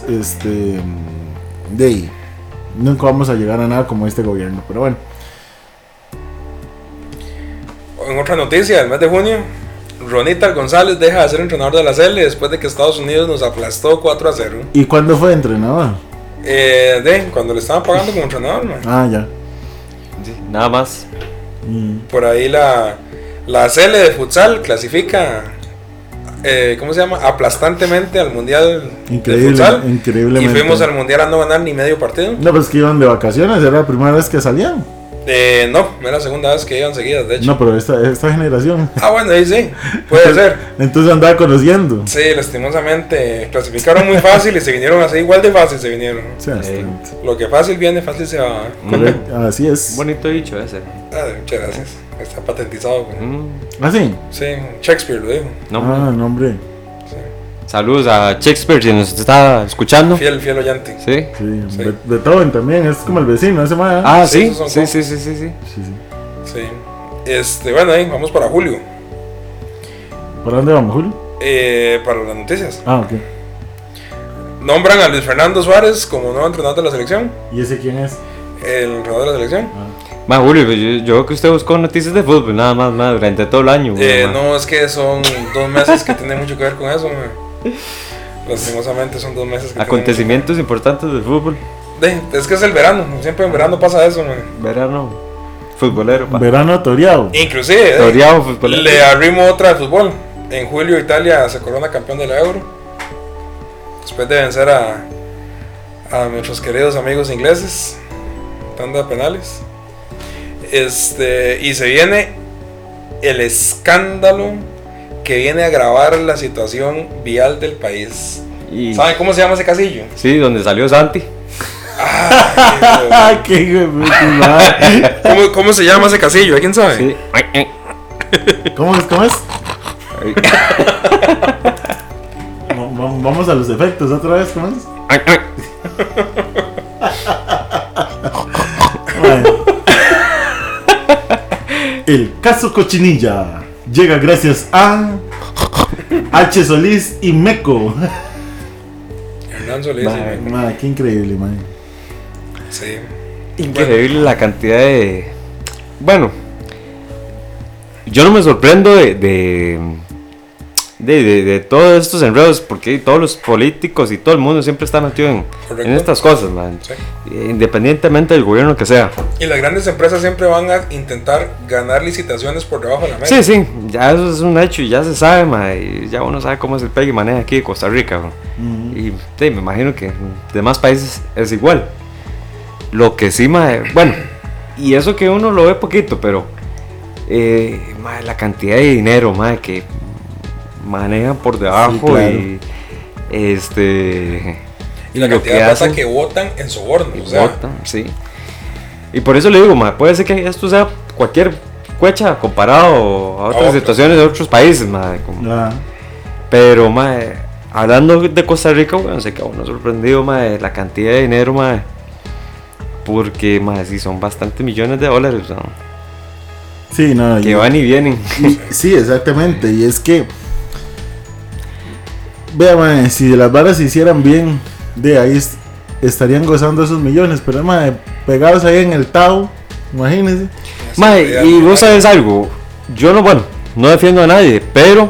nunca vamos a llegar a nada como este gobierno. Pero bueno. En otra noticia del mes de junio, Ronita González deja de ser entrenador de la CL después de que Estados Unidos nos aplastó 4-0. ¿Y cuándo fue entrenador? Cuando le estaban pagando como entrenador, man. Ah, ya. Sí, nada más. Por ahí la CL de futsal clasifica, ¿cómo se llama? Aplastantemente al mundial de futsal. Increíblemente. Y fuimos al mundial a no ganar ni medio partido. No, pues que iban de vacaciones, era la primera vez que salían. No, era la segunda vez que iban seguidas, de hecho. No, pero esta generación. Ah, bueno, ahí sí, puede ser. Entonces andaba conociendo. Sí, lastimosamente clasificaron muy fácil y se vinieron así, igual de fácil se vinieron. Sí, Lo que fácil viene, fácil se va. correcto, así es. Bonito dicho ese. Muchas gracias. Está patentizado. Güey. ¿Ah, sí? Sí, Shakespeare lo dijo. No, No, hombre. saludos a Shakespeare si nos está escuchando. Fiel oyente. Sí. Sí, Sí. Beethoven también, es como el vecino, ese man. Ah, Sí, sí. esos son Sí, todos. sí, sí, sí, sí. Sí. Sí. Bueno, ahí vamos para julio. ¿Para dónde vamos, Julio? Para las noticias. Ah, ok. Nombran a Luis Fernando Suárez como nuevo entrenador de la selección. ¿Y ese quién es? El entrenador de la selección. Ma, Julio, yo veo que usted buscó noticias de fútbol, nada más, durante todo el año. ma. No, es que son 2 meses que tienen mucho que ver con eso. Lastimosamente son 2 meses que Acontecimientos importantes del fútbol. Es que es el verano. Siempre en verano pasa eso. Verano futbolero, pa. Verano toreado. Inclusive, Toreado futbolero. le arrimo otra de fútbol. En julio Italia se corona campeón de la Euro. Después de vencer a nuestros queridos amigos ingleses. Tanda de penales. Y se viene el escándalo que viene a agravar la situación vial del país. Y- ¿Saben cómo se llama ese casillo? Sí, donde salió Santi. ¡Ah, qué hijo de puta madre! ¿Cómo se llama ese casillo? ¿Quién sabe? Sí. ¿Cómo es? Vamos a los efectos otra vez, ¿cómo es? Bueno. El caso Cochinilla llega gracias a H. Solís y Meco. Hernán Solís. Madre, qué increíble, man. Sí. Increíble la cantidad de... Bueno, yo no me sorprendo de todos estos enredos, porque todos los políticos y todo el mundo siempre está metido en Correcto. estas cosas, man. Sí. Independientemente del gobierno que sea. Y las grandes empresas siempre van a intentar ganar licitaciones por debajo de la mesa. Sí, sí, ya eso es un hecho y ya se sabe, man, y ya uno sabe cómo es el pegue y maneja aquí de Costa Rica, man. Y sí, me imagino que en demás países es igual. Lo que sí, man, bueno, y eso que uno lo ve poquito, pero man, la cantidad de dinero, man, que manejan por debajo. Sí, claro. Y la lo cantidad de plata que votan en sobornos. O sea, votan, sí. Y por eso le digo, ma, puede ser que esto sea cualquier cuecha comparado a otras otros. situaciones de otros países, ma, Ah, pero ma, hablando de Costa Rica, bueno, se quedó uno sorprendido, ma, de la cantidad de dinero, ma, porque ma, sí son bastantes millones de dólares, ¿no? sí, no. Que van y vienen. Sí, exactamente. Y es que, vea, man, si las varas se hicieran bien, de ahí estarían gozando esos millones. Pero, man, pegados ahí en el Tao, imagínense. Ma, y vos sabes algo, yo no, bueno, no defiendo a nadie, pero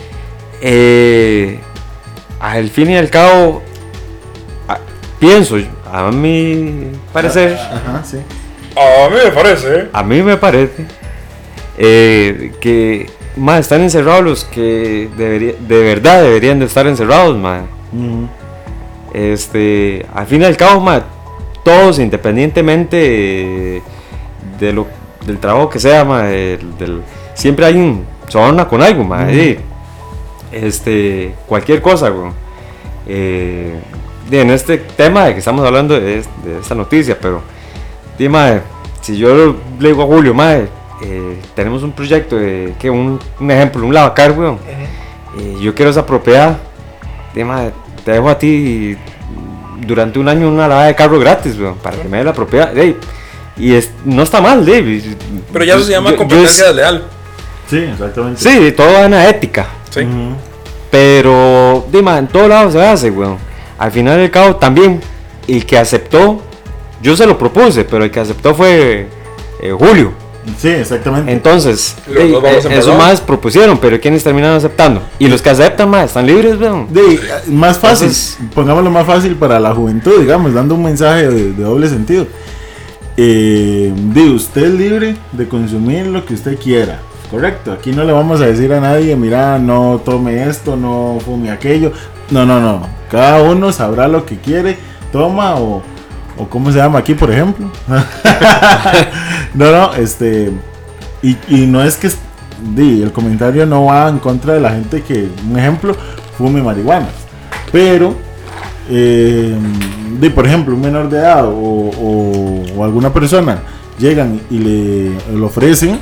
al fin y al cabo, pienso, a mi parecer, Ajá, sí. a mí me parece. a mí me parece que ma, están encerrados los que de verdad deberían de estar encerrados, ma. Al fin y al cabo, ma, todos independientemente del trabajo que sea, ma, siempre hay un soborna con algo, ma, cualquier cosa, güey. En este tema de que estamos hablando de esta noticia, pero ma, si yo le digo a Julio, ma, tenemos un proyecto de que un ejemplo, un lavacar, güey, yo quiero esa propiedad, ma, te dejo a ti durante un año una lavada de carro gratis, güey, para que me dé la propiedad, no está mal, Pero ya eso se llama competencia desleal. Sí, exactamente. sí, todo va en la ética. Sí. Pero, en todos lados se hace, weón. Al final del cabo, también, el que aceptó, yo se lo propuse, pero el que aceptó fue Julio. Sí, exactamente. Entonces, Los dos vamos esos embarrados. más propusieron, pero ¿quiénes terminaron aceptando? Y los que aceptan más, están libres, weón. Más fácil, Entonces- pongámoslo más fácil para la juventud, digamos, dando un mensaje de doble sentido. Usted es libre de consumir lo que usted quiera, correcto. Aquí no le vamos a decir a nadie, mira, no tome esto, no fume aquello. No. Cada uno sabrá lo que quiere, toma o cómo se llama aquí, por ejemplo. Y no es que el comentario no va en contra de la gente que, un ejemplo, fume marihuana. Pero, por ejemplo, un menor de edad o alguna persona llegan y le ofrecen,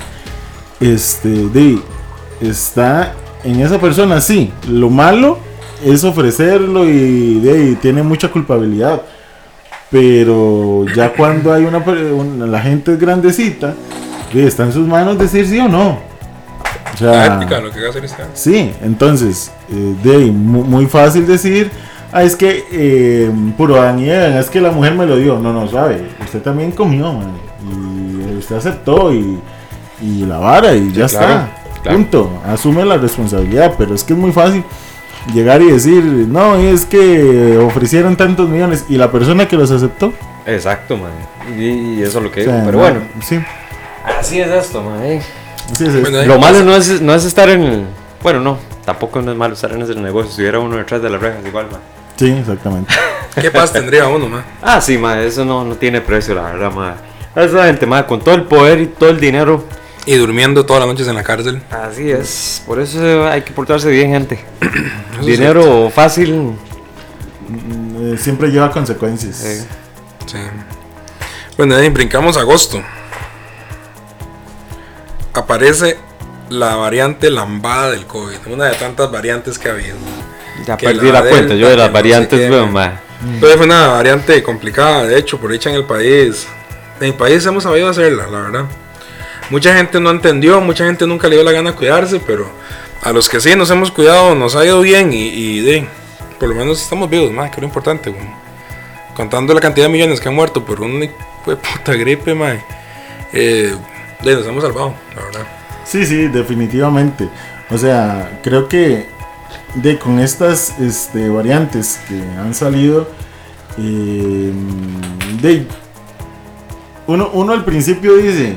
está en esa persona, sí. Lo malo es ofrecerlo y tiene mucha culpabilidad. Pero ya cuando hay la gente es grandecita, está en sus manos decir sí o no. O sea, La ética, lo que va a hacer este año. sí, entonces, muy fácil decir, es que puro Adán y Eva, es que la mujer me lo dio. No, sabe, usted también comió, man, y usted aceptó y la vara y ya claro, está, punto, asume la responsabilidad. Pero es que es muy fácil llegar y decir, no, es que ofrecieron tantos millones y la persona que los aceptó. Exacto, man. Y eso es lo que O digo. sea, Pero no, bueno, sí, así es esto, man. así es. Bueno, Lo malo no es estar en el... Bueno, no, tampoco no es malo estar en ese negocio. Si estuviera uno detrás de las rejas, igual, man. Sí, exactamente. ¿Qué paz tendría uno, man? Ah, sí, man, eso no tiene precio, la verdad, man. Esa gente, man, con todo el poder y todo el dinero. Y durmiendo todas las noches en la cárcel. Así es. Por eso hay que portarse bien, gente. Eso Dinero fácil. Siempre lleva consecuencias. Sí. Bueno, ahí brincamos a agosto. Aparece la variante lambada del COVID. Una de tantas variantes que ha habido. Ya Que perdí la la cuenta, yo de Delta, las que no sé variantes, qué, weón, man. man. Entonces fue una variante complicada, de hecho, por dicha en el país. En el país hemos sabido hacerla, la verdad. Mucha gente no entendió, mucha gente nunca le dio la gana de cuidarse, pero a los que sí nos hemos cuidado nos ha ido bien por lo menos estamos vivos, man, que es lo importante, weón. Contando la cantidad de millones que han muerto por una puta gripe, man, nos hemos salvado, la verdad. Sí, definitivamente. O sea, creo que con estas variantes que han salido, uno al principio dice,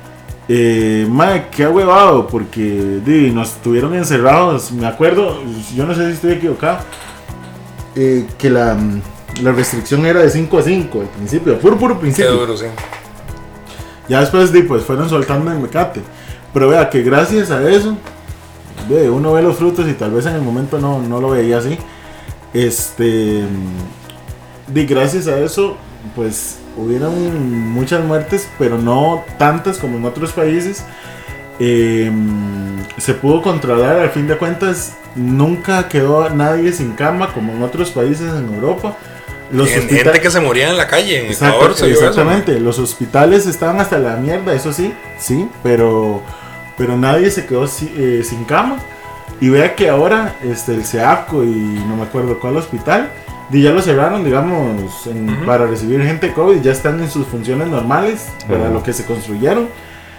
qué huevado, porque nos tuvieron encerrados. Me acuerdo, yo no sé si estoy equivocado, que la restricción era de 5 a 5 al principio, puro Qué principio. duro, sí. Ya después pues fueron soltando el mecate. Pero vea que gracias a eso, uno ve los frutos y tal vez en el momento no lo veía así. Gracias a eso, pues hubieron muchas muertes, pero no tantas como en otros países. Se pudo controlar, al fin de cuentas, nunca quedó nadie sin cama como en otros países en Europa. Gente que se moría en la calle, en Exacto, Ecuador se vio eso, exactamente, man. los hospitales estaban hasta la mierda, eso sí, pero nadie se quedó sin cama. Y vea que ahora el SEACO y no me acuerdo cuál hospital, ya lo cerraron, digamos, para recibir gente COVID, ya están en sus funciones normales para lo que se construyeron.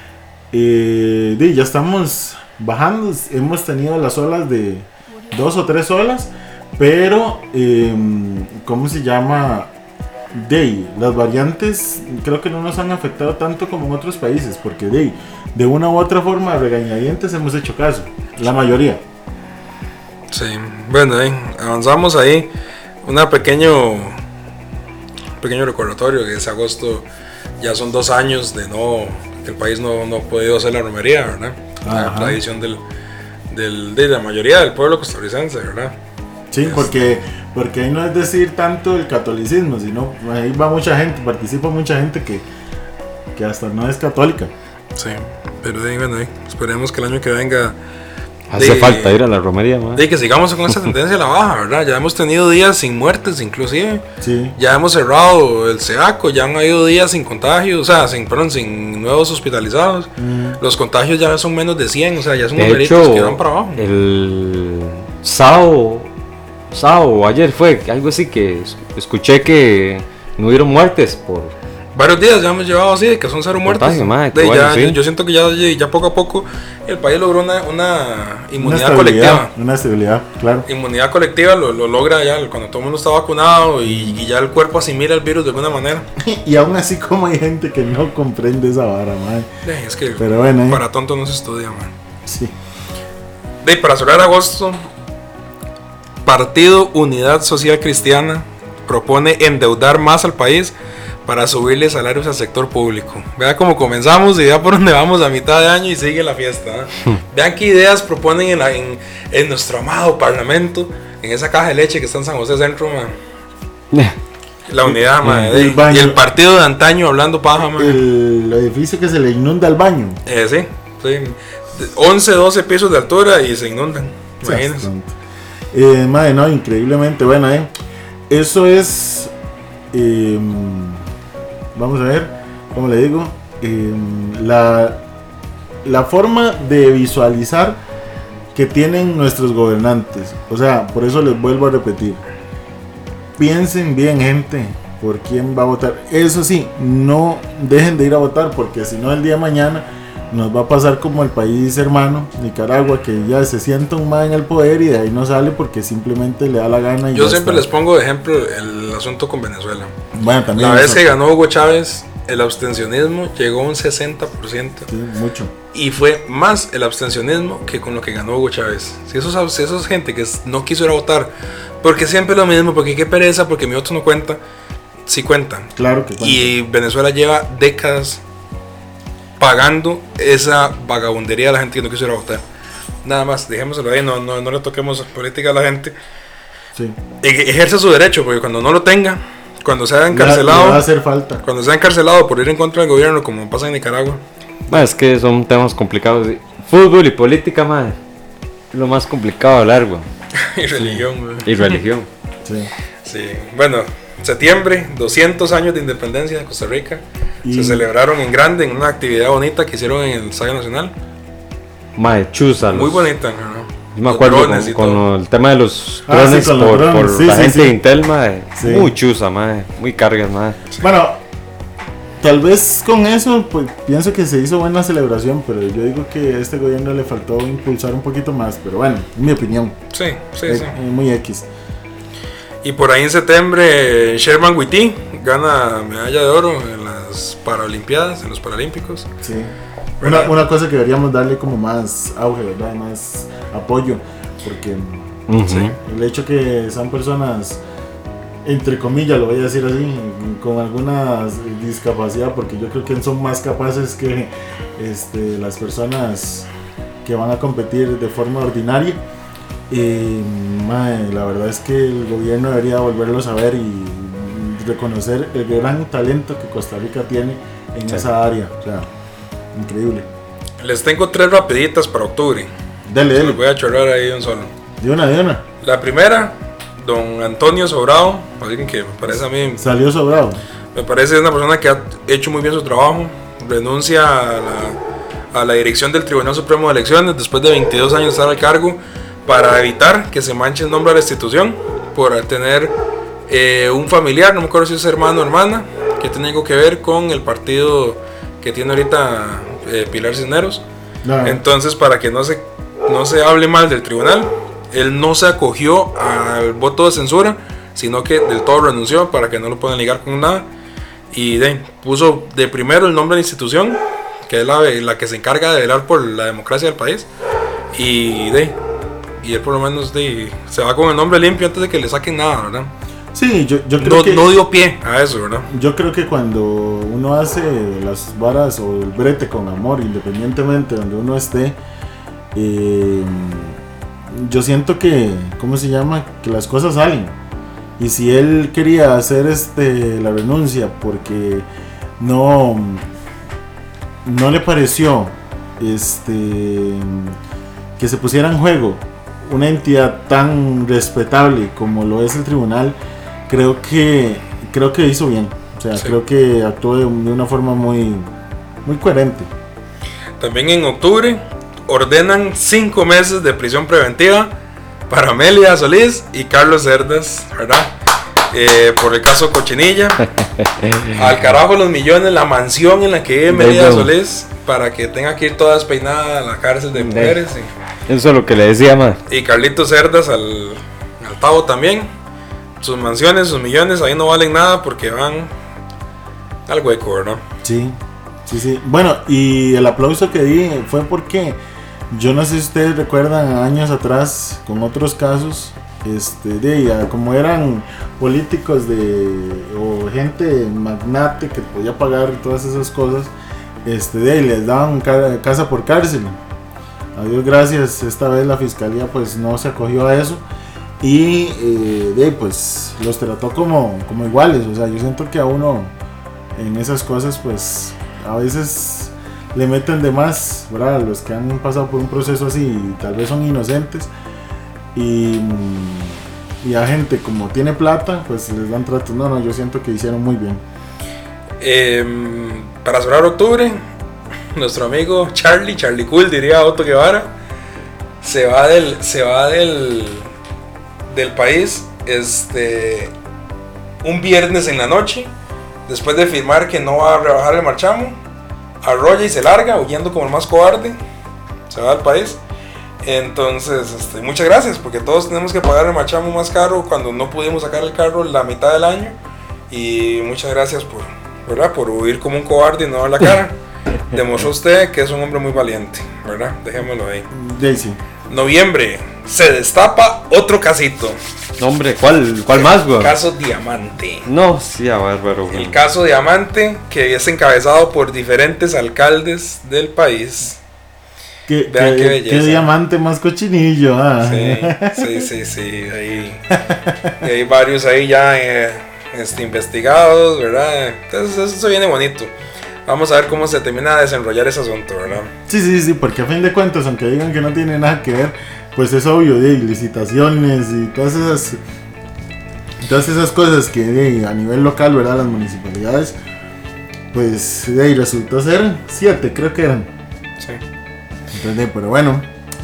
Ya estamos bajando, hemos tenido las olas de 2 o 3 olas, pero ¿cómo se llama? Las variantes creo que no nos han afectado tanto como en otros países, porque de una u otra forma, regañadientes hemos hecho caso, la mayoría. Sí, bueno, avanzamos ahí. Pequeño recordatorio que ese agosto ya son 2 años de que el país no ha podido hacer la romería, ¿verdad? La tradición de la mayoría del pueblo costarricense, ¿verdad? Sí, porque ahí no es decir tanto el catolicismo, sino ahí va mucha gente, participa mucha gente que hasta no es católica. Sí, pero bueno, esperemos que el año que venga Hace falta ir a la romería, man. que sigamos con esa tendencia a la baja, ¿verdad? Ya hemos tenido días sin muertes, inclusive. Sí. Ya hemos cerrado el SEACO, ya han habido días sin contagios, o sea, sin nuevos hospitalizados. Los contagios ya son menos de 100, o sea, ya son De numeritos hecho, que van para abajo. el sábado o ayer fue algo así que escuché que no hubieron muertes varios días ya hemos llevado así, de que son 0 muertos. Contagio, mae, De, bueno, ya, sí. yo siento que ya poco a poco el país logró una inmunidad estabilidad, colectiva. una estabilidad, claro. Inmunidad colectiva lo logra ya cuando todo el mundo está vacunado y ya el cuerpo asimila el virus de alguna manera. Y aún así como hay gente que no comprende esa vara, man. Es que Pero bueno, para tonto no se estudia, man. sí. Para cerrar agosto, Partido Unidad Social Cristiana propone endeudar más al país para subirle salarios al sector público. Vea cómo comenzamos y vea por dónde vamos a mitad de año y sigue la fiesta. Vean qué ideas proponen en nuestro amado parlamento, en esa caja de leche que está en San José Centro, man. La unidad, man. El baño. Y el partido de antaño hablando paja, man. El edificio que se le inunda el baño. Sí. 11, 12 pisos de altura y se inundan. Imagínense. Madre, no, increíblemente buena, Eso es, vamos a ver, ¿cómo le digo? La forma de visualizar que tienen nuestros gobernantes. O sea, por eso les vuelvo a repetir. Piensen bien, gente, por quién va a votar. Eso sí, no dejen de ir a votar, porque si no el día de mañana nos va a pasar como el país hermano, Nicaragua, que ya se sienta un man en el poder y de ahí no sale porque simplemente le da la gana. Y yo siempre les pongo de ejemplo el asunto con Venezuela. Bueno, también la vez que ganó Hugo Chávez, el abstencionismo llegó a un 60%. Sí, mucho. Y fue más el abstencionismo que con lo que ganó Hugo Chávez. Si esos gente que no quiso ir a votar, porque siempre es lo mismo, porque qué pereza, porque mi voto no cuenta, sí cuentan. Claro que cuenta. Y Venezuela lleva décadas pagando esa vagabundería a la gente que no quiso ir a votar. Nada más, dejémoslo ahí, no le toquemos política a la gente. Sí. Ejerce su derecho, porque cuando no lo tenga, cuando sea encarcelado, le va a hacer falta. cuando sea encarcelado por ir en contra del gobierno, como pasa en Nicaragua. Es que son temas complicados. Fútbol y política, madre. Lo más complicado de hablar, güey. Y religión, güey. Y religión. Sí. Bueno, septiembre, 200 años de independencia de Costa Rica. Se celebraron en grande, en una actividad bonita que hicieron en el Estadio Nacional. Madre, chusa. Muy bonita, ¿no? Yo me acuerdo con el tema de los drones sí, por la gente de Intel, madre. Sí. Muy chusa, madre. Muy cargas, madre. Bueno, tal vez con eso, pues pienso que se hizo buena celebración, pero yo digo que a este gobierno le faltó impulsar un poquito más, pero bueno, en mi opinión. Sí. Muy X. Y por ahí en septiembre, Sherman Witty gana medalla de oro en las Paralimpiadas, en los Paralímpicos. Sí. Una cosa que deberíamos darle como más auge, ¿verdad? Más apoyo, porque Sí. el hecho que sean personas, entre comillas, lo voy a decir así, con alguna discapacidad, porque yo creo que son más capaces que las personas que van a competir de forma ordinaria. La verdad es que el gobierno debería volverlos a ver y reconocer el gran talento que Costa Rica tiene en esa área. O sea, increíble. Les tengo 3 rapiditas para octubre. Dale. Les voy a chorrar ahí un solo. De una. La primera, don Antonio Sobrado, alguien que me parece a mí, Salió sobrado. me parece una persona que ha hecho muy bien su trabajo. Renuncia a la dirección del Tribunal Supremo de Elecciones después de 22 años de estar al cargo, para evitar que se manche el nombre de la institución por tener un familiar, no me acuerdo si es hermano o hermana, que tiene algo que ver con el partido que tiene ahorita Pilar Cisneros. No. Entonces, para que no se hable mal del tribunal, él no se acogió al voto de censura, sino que del todo renunció para que no lo puedan ligar con nada. Y puso de primero el nombre de la institución, que es la que se encarga de velar por la democracia del país. Y él por lo menos se va con el nombre limpio antes de que le saquen nada, ¿verdad? Sí, yo creo que no dio pie a eso, ¿verdad? Yo creo que cuando uno hace las varas o el brete con amor, independientemente de donde uno esté, yo siento que, ¿cómo se llama? Que las cosas salen. Y si él quería hacer la renuncia porque no le pareció que se pusiera en juego una entidad tan respetable como lo es el tribunal, creo que hizo bien. O sea, creo que actuó de una forma muy coherente. También en octubre ordenan 5 meses de prisión preventiva para Amelia Solís y Carlos Cerdas, ¿verdad? por el caso Cochinilla. Al carajo los millones, la mansión en la que vive Melida Solís, para que tenga que ir toda despeinada a la cárcel de mujeres. Eso es lo que le decía, man. Y Carlitos Cerdas al Tavo también. Sus mansiones, sus millones, ahí no valen nada porque van al hueco, ¿verdad? Sí. Bueno, y el aplauso que di fue porque yo no sé si ustedes recuerdan años atrás con otros casos, como eran políticos o gente magnate que podía pagar todas esas cosas, les daban casa por cárcel. A Dios gracias, esta vez la fiscalía pues no se acogió a eso y pues los trató como iguales. O sea, yo siento que a uno en esas cosas pues a veces le meten de más, ¿verdad? Los que han pasado por un proceso así y tal vez son inocentes y a gente como tiene plata pues les dan tratos. No, yo siento que hicieron muy bien. Para cerrar octubre, nuestro amigo Charlie Cool, diría Otto Guevara, se va del país un viernes en la noche, después de firmar que no va a rebajar el marchamo, arrolla y se larga, huyendo como el más cobarde, se va del país. Entonces, muchas gracias, porque todos tenemos que pagar el marchamo más caro cuando no pudimos sacar el carro la mitad del año. Y muchas gracias por huir como un cobarde y no dar la cara. Demostró usted que es un hombre muy valiente, ¿verdad? Dejémoslo ahí. Daisy. Noviembre, se destapa otro casito. No, hombre, ¿cuál más, güey? El caso Diamante. No, sí, bárbaro, güey. El caso Diamante, que es encabezado por diferentes alcaldes del país. Vean qué belleza. Qué diamante más cochinillo. Sí. Hay varios ahí ya investigados, ¿verdad? Entonces eso viene bonito. Vamos a ver cómo se termina de desenrollar ese asunto, ¿verdad? Sí, porque a fin de cuentas, aunque digan que no tiene nada que ver, pues es obvio, licitaciones y todas esas cosas que a nivel local, ¿verdad? Las municipalidades, pues resultó ser 7, creo que eran. Sí. Entonces, pero bueno,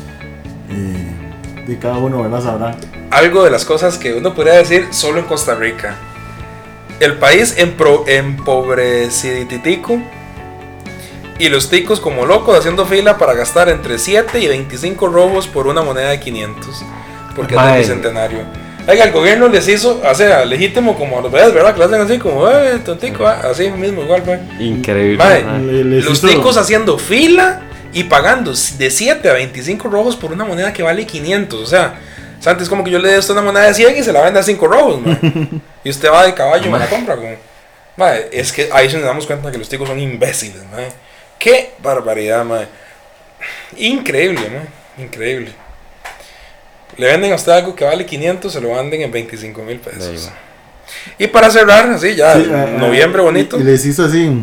de cada uno, ¿verdad? Sabrá. Algo de las cosas que uno podría decir solo en Costa Rica. El país empobreciditico y los ticos como locos haciendo fila para gastar entre 7 y 25 robos por una moneda de 500, porque es del bicentenario. Oiga, el gobierno les hizo, o sea, legítimo como a los bebés, ¿verdad? Que lo hacen así como, tontico, así mismo, igual, ¿verdad? Increíble. Los ticos haciendo fila y pagando de 7 a 25 robos por una moneda que vale 500, o sea, antes como que yo le doy a usted una moneda de 100 y se la vende a 5 robos, man. Y usted va de caballo y me la compra, como. Madre, es que ahí se nos damos cuenta que los ticos son imbéciles, madre. Qué barbaridad, madre. Increíble, madre. Increíble. Le venden a usted algo que vale 500, se lo venden en 25,000 pesos. Y para cerrar, así ya, noviembre bonito. Y les hizo así.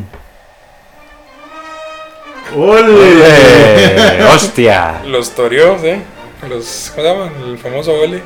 ¡Ole! ¡Hostia! Los toreó, ¿sí? ¿Cómo se llama? El famoso ole.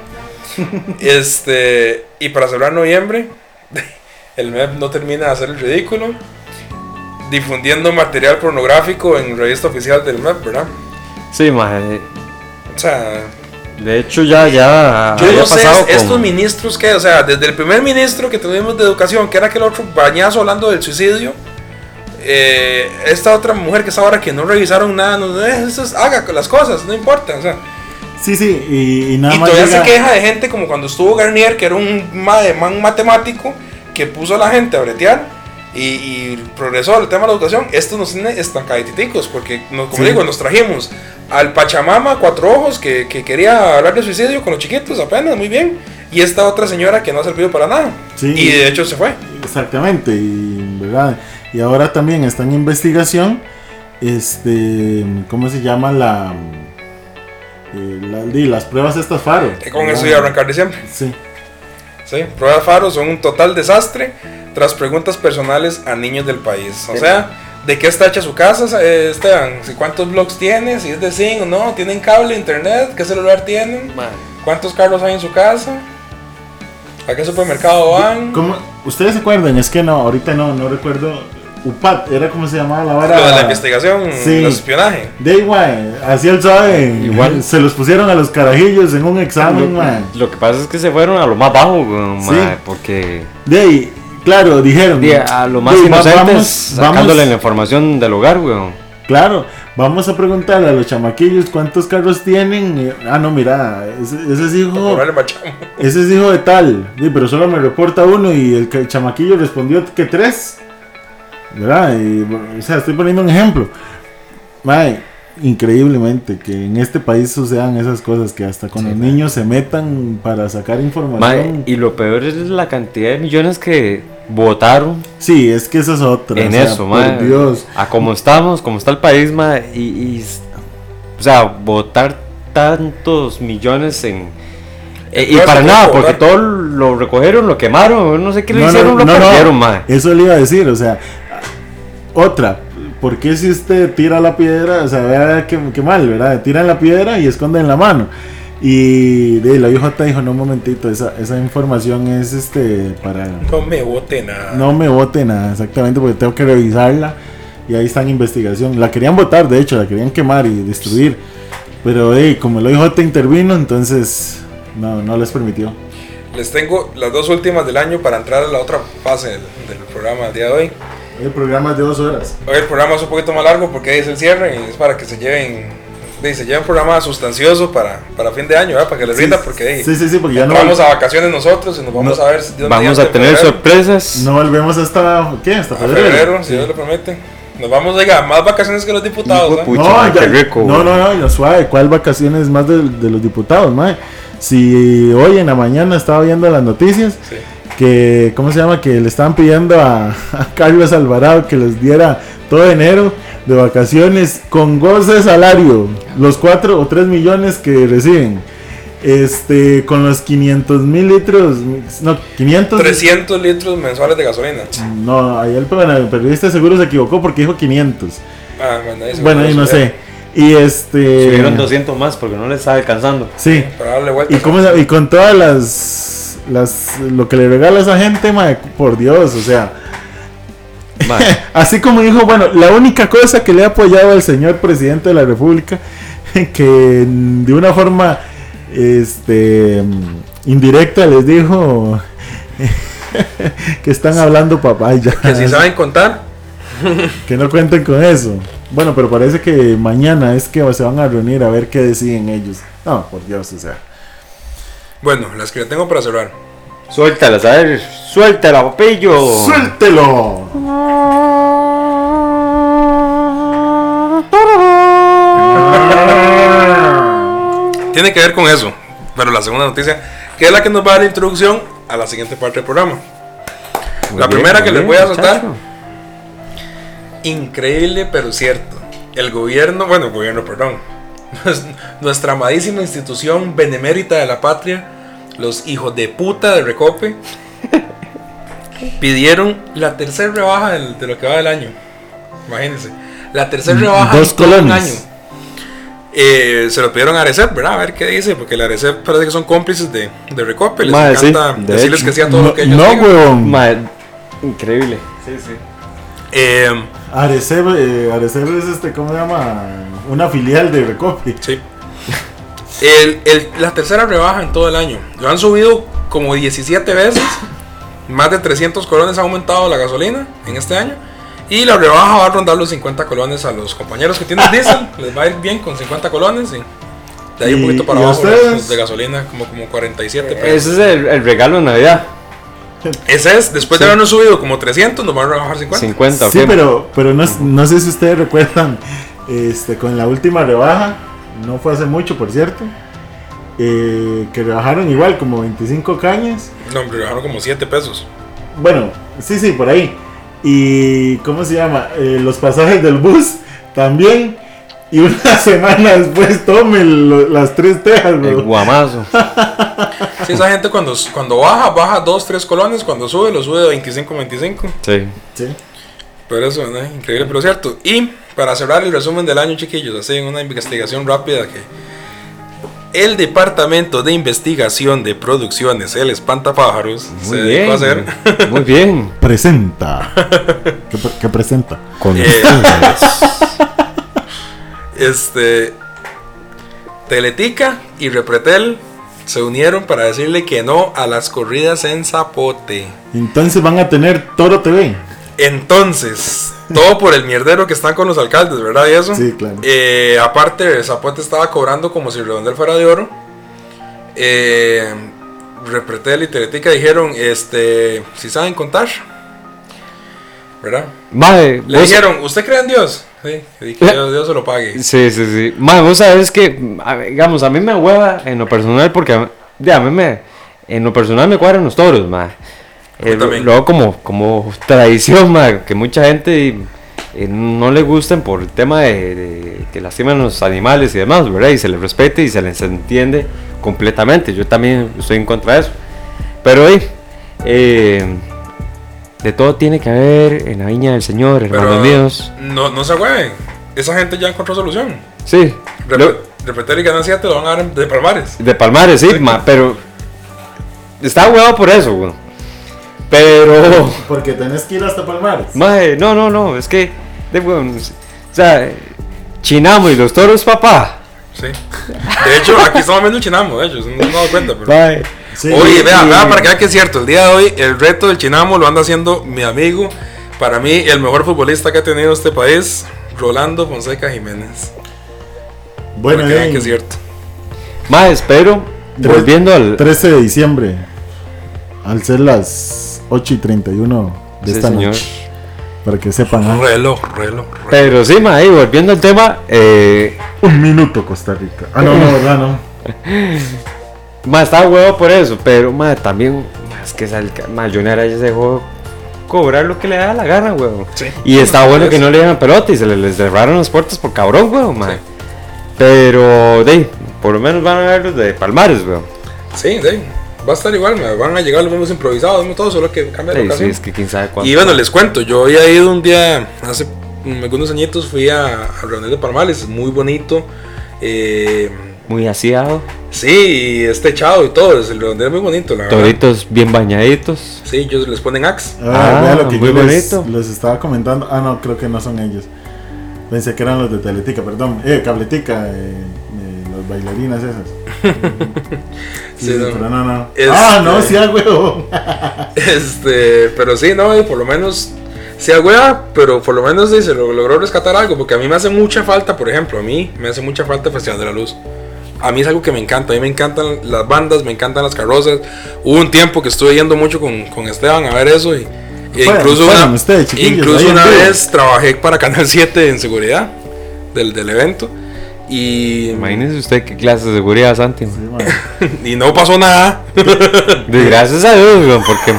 Y para cerrar noviembre, el MEP no termina de hacer el ridículo, difundiendo material pornográfico en revista oficial del MEP, ¿verdad? Sí, maje. O sea, de hecho ya yo no sé estos ministros que, o sea, desde el primer ministro que tuvimos de educación, que era aquel otro bañazo hablando del suicidio, esta otra mujer que está ahora que no revisaron nada, haga las cosas, no importa, o sea. Sí, y nada y más. Y todavía se queja de gente como cuando estuvo Garnier, que era un man matemático que puso a la gente a bretear y progresó el tema de la educación. Esto nos tiene estancaditicos, porque, como digo, nos trajimos al Pachamama Cuatro Ojos que quería hablar de suicidio con los chiquitos apenas, muy bien. Y esta otra señora que no ha servido para nada. Sí, y de hecho se fue. Exactamente, ¿verdad? Y ahora también está en investigación, ¿cómo se llama las pruebas estas FARO? Con eso iba a arrancar diciembre. Sí, pruebas FARO son un total desastre tras preguntas personales a niños del país. O sea, ¿de qué está hecha su casa, Esteban? ¿Cuántos blogs tiene? Si es de zinc o no, ¿tienen cable, internet? ¿Qué celular tienen? ¿Cuántos carros hay en su casa? ¿A qué supermercado van? ¿Cómo? ¿Ustedes se acuerdan? Es que no, ahorita no recuerdo UPAT, era como se llamaba la vara. Lo de la investigación, Sí. los espionaje. De igual, así el suave. Igual. Se los pusieron a los carajillos en un examen, man. Lo que pasa es que se fueron a lo más bajo, weón, Sí. mae, porque De ahí, claro, dijeron. a lo más "Di, inocentes, sacándole la información del hogar, weón. Claro, vamos a preguntarle a los chamaquillos cuántos carros tienen. No, mira, ese es hijo. Cobrarle machamo. Ese es hijo de tal. Sí, pero solo me reporta uno y el chamaquillo respondió que 3. ¿Verdad? O sea, estoy poniendo un ejemplo. Mae, increíblemente que en este país sucedan esas cosas, que hasta con los niños se metan para sacar información. Mae, y lo peor es la cantidad de millones que votaron Sí, es que esa es otra. en o sea, eso, por mae. Dios. A como estamos, como está el país, mae, o sea, votar tantos millones y Todo para se nada, puede porque votar. todo lo recogieron, lo quemaron, no sé qué le No, hicieron, no, lo no, perdieron, no. mae. Eso le iba a decir, o sea, otra. ¿Por qué si usted tira la piedra, o sea, vea que mal, ¿verdad? Tiran la piedra y esconden la mano. Y la IJ dijo, no, un momentito, esa información es para... No me vote nada. No me vote nada, exactamente, porque tengo que revisarla. Y ahí está en investigación. La querían votar, de hecho, la querían quemar y destruir. Pero como el IJ intervino, entonces no les permitió. Les tengo las 2 últimas del año para entrar a la otra fase del programa del día de hoy. El programa es de 2 horas. Hoy el programa es un poquito más largo porque es el cierre y es para que se lleven un programa sustancioso para fin de año, ¿verdad? Para que les rinda, porque Sí, porque ya no vamos a vacaciones nosotros y nos vamos No. a ver si Dios Vamos mediante, a tener febrero. sorpresas. No volvemos hasta... ¿Qué? Hasta A febrero. febrero, si Sí. Dios lo permite. Nos vamos a llegar más vacaciones que los diputados, Hijo de ¿eh? pucha, No, mae, ya- qué rico, no, güey. no, suave. ¿Cuál vacaciones más de los diputados, mae? Si hoy en la mañana estaba viendo las noticias Sí. que, ¿cómo se llama? Que le estaban pidiendo a Carlos Alvarado que les diera todo enero de vacaciones con goce de salario, los 4 o 3 millones que reciben. Con los 500,000 litros, no, 500. 300 litros mensuales de gasolina. No, ahí el periodista seguro se equivocó porque dijo 500. Ah, bueno, ahí se Bueno, puede ahí no subir. sé. Y Subieron 200 más porque no les está alcanzando. Sí. Para darle vuelta. Y con todas lo que le regala a esa gente, mae, por Dios, o sea, Mae, así como dijo, bueno, la única cosa que le ha apoyado al señor presidente de la República, que de una forma indirecta les dijo que están hablando papaya, Que si saben contar, que no cuenten con eso. Bueno, pero parece que mañana es que se van a reunir a ver qué deciden ellos. No, por Dios, o sea. bueno, las que le tengo para cerrar. suéltalas, a ver, suéltala, papillo. ¡Suéltelo! Tiene que ver con eso, pero la segunda noticia, que es la que nos va a dar la introducción a la siguiente parte del programa. Muy La bien, primera muy que les bien, voy a soltar, muchacho. increíble pero cierto. El gobierno, perdón, nuestra amadísima institución benemérita de la patria, los hijos de puta de Recope, pidieron la tercera rebaja de lo que va del año. Imagínense, la tercera rebaja 2 en todo un colones. año. Se lo pidieron a Arecep, ¿verdad? A ver qué dice, porque la Arecep parece que son cómplices de Recope. Les Mae, sí, encanta de decirles hecho. que sí a todo lo que ellos No, digan. huevón. Mae, increíble. Arecep es ¿cómo se llama? Una filial de Recope. Sí. La tercera rebaja en todo el año. Lo han subido como 17 veces. Más de 300 colones ha aumentado la gasolina en este año. Y la rebaja va a rondar los 50 colones a los compañeros que tienen diésel. Les va a ir bien con 50 colones. Y de ahí un ¿Y- poquito para y abajo ustedes? los de gasolina, como 47 pesos. Ese es el regalo de Navidad. Ese es, después de habernos subido como 300, nos van a rebajar 50. 50, Sí, ok. pero no sé si ustedes recuerdan, con la última rebaja, no fue hace mucho, por cierto, que rebajaron igual, como 25 cañas. No, hombre, rebajaron como 7 pesos. Bueno, sí, por ahí. Y, ¿cómo se llama? Los pasajes del bus también. Y una semana después tomen las 3 tejas, El bro. guamazo. Sí, esa gente cuando baja 2, 3 colones. Cuando sube, lo sube de 25, 25. Sí. Sí. Pero eso, ¿no? Increíble, pero cierto. Y para cerrar el resumen del año, chiquillos, así en una investigación rápida que el Departamento de Investigación de Producciones El Espantapájaros se Muy dedicó a hacer. bien, muy bien. Presenta. ¿Qué presenta? Con Teletica y Repretel se unieron para decirle que no a las corridas en Zapote. Entonces van a tener Toro TV. Entonces, todo por el mierdero que están con los alcaldes, ¿verdad? Y eso. Sí, claro. Aparte, Zapote estaba cobrando como si Redondel fuera de oro. Repretel y Teletica dijeron, si saben contar, ¿verdad? Mae, Le dijeron, ¿usted cree en Dios? Sí, y que Dios se lo pague. Sí. Mae, vos sabes que, digamos, a mí me hueva en lo personal porque en lo personal me cuadran los toros, mae. Luego como tradición, mae, que mucha gente no le gustan por el tema de que lastiman los animales y demás, ¿verdad? Y se les respete y se les entiende completamente. Yo también estoy en contra de eso. Pero de todo tiene que haber en la viña del Señor, hermanos míos. No se hueven. Esa gente ya encontró solución. Sí. Repetir y ganancia te lo van a dar de Palmares. De Palmares, sí, pero está huevo por eso, güey. Pero... Porque tenés que ir hasta Palmares. Mae, no, es que... o sea, Chinamo y los toros, papá. Sí. De hecho, aquí estamos viendo un Chinamo, de hecho, no me he dado cuenta. Pero... Mae. Sí, Oye, vean para que vean que es cierto. El día de hoy, el reto del Chinamo lo anda haciendo mi amigo. Para mí, el mejor futbolista que ha tenido este país, Rolando Fonseca Jiménez. Bueno, para que vean que es cierto. Mae, espero, volviendo al... 13 de diciembre, al ser las 8:31 de esta señor. noche. Para que sepan, ¿no? Reloj. Pero sí, mae, volviendo al tema, Un minuto, Costa Rica. No, verdad, no. mae, está huevo por eso, pero mae, también, es que Junior Araya se dejó cobrar lo que le da la gana, huevo. Sí. Y está bueno que no le dieran pelota y se les cerraron las puertas por cabrón, huevo, mae. Sí. Pero, por lo menos van a ver los de Palmares, huevo. Sí. Va a estar igual, me van a llegar los mismos improvisados, mismo todo, solo que cambia de Sí, ocasión. es que quién sabe cuánto. Y bueno, les cuento, yo había ido un día, hace algunos añitos, fui a Redondel de Palmares, muy bonito. Muy aseado. Sí, y echado y todo, el Redondel es muy bonito, la verdad. Toritos bien bañaditos. Sí, ellos les ponen axe. Vea lo que muy yo les bonito. estaba comentando. No, creo que no son ellos. Pensé que eran los de Teletica, perdón. Cabletica, las bailarinas esas. Sí, no. Pero no. No, sí, al huevo. Pero sí, no, y por lo menos sí agüea, pero por lo menos sí, se logró rescatar algo, porque a mí me hace mucha falta, por ejemplo, el Festival de la Luz. A mí es algo que me encanta, a mí me encantan las bandas, me encantan las carrozas. Hubo un tiempo que estuve yendo mucho con Esteban a ver eso y incluso una vez trabajé para Canal 7 en seguridad del evento. Y imagínese usted qué clase de seguridad, Santi. Sí, y no pasó nada. Gracias a Dios, güey, porque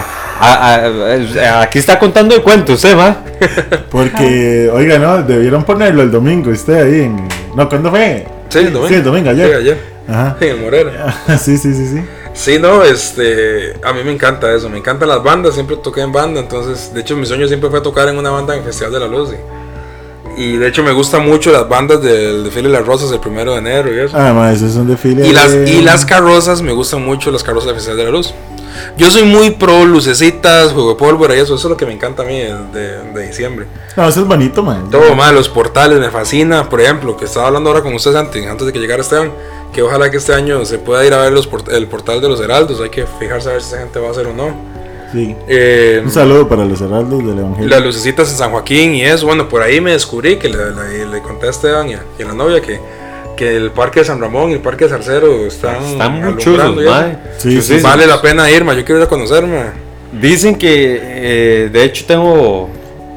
aquí está contando el cuento usted, ¿va? Porque, oiga, no, debieron ponerlo el domingo, usted ahí en... No, ¿cuándo fue? Sí, el domingo. Sí, el domingo, ayer. Sí, ayer. Ajá. En el Morera. Sí. Sí, no, a mí me encanta eso, me encantan las bandas, siempre toqué en banda, entonces, de hecho mi sueño siempre fue tocar en una banda en Festival de la Luz. Y de hecho me gustan mucho las bandas del desfile de las Rosas el 1 de enero y eso. Esos son desfiles. Y las carrozas, me gustan mucho las carrozas del Festival de la Luz. Yo soy muy pro lucecitas, juego de pólvora y eso es lo que me encanta a mí de diciembre. No, eso es bonito, man. Todo, los portales me fascina, por ejemplo, que estaba hablando ahora con ustedes antes de que llegara Esteban, que ojalá que este año se pueda ir a ver el portal de los Heraldos, hay que fijarse a ver si esa gente va a hacer o no. Sí. Un saludo para los heraldos del Evangelio. Las lucecitas en San Joaquín y eso, bueno, por ahí me descubrí que le conté a Esteban y a la novia que el parque de San Ramón y el parque de Zarcero están muy chulos, sí, vale la pena ir, yo quiero ir a conocerme. Dicen que, de hecho, tengo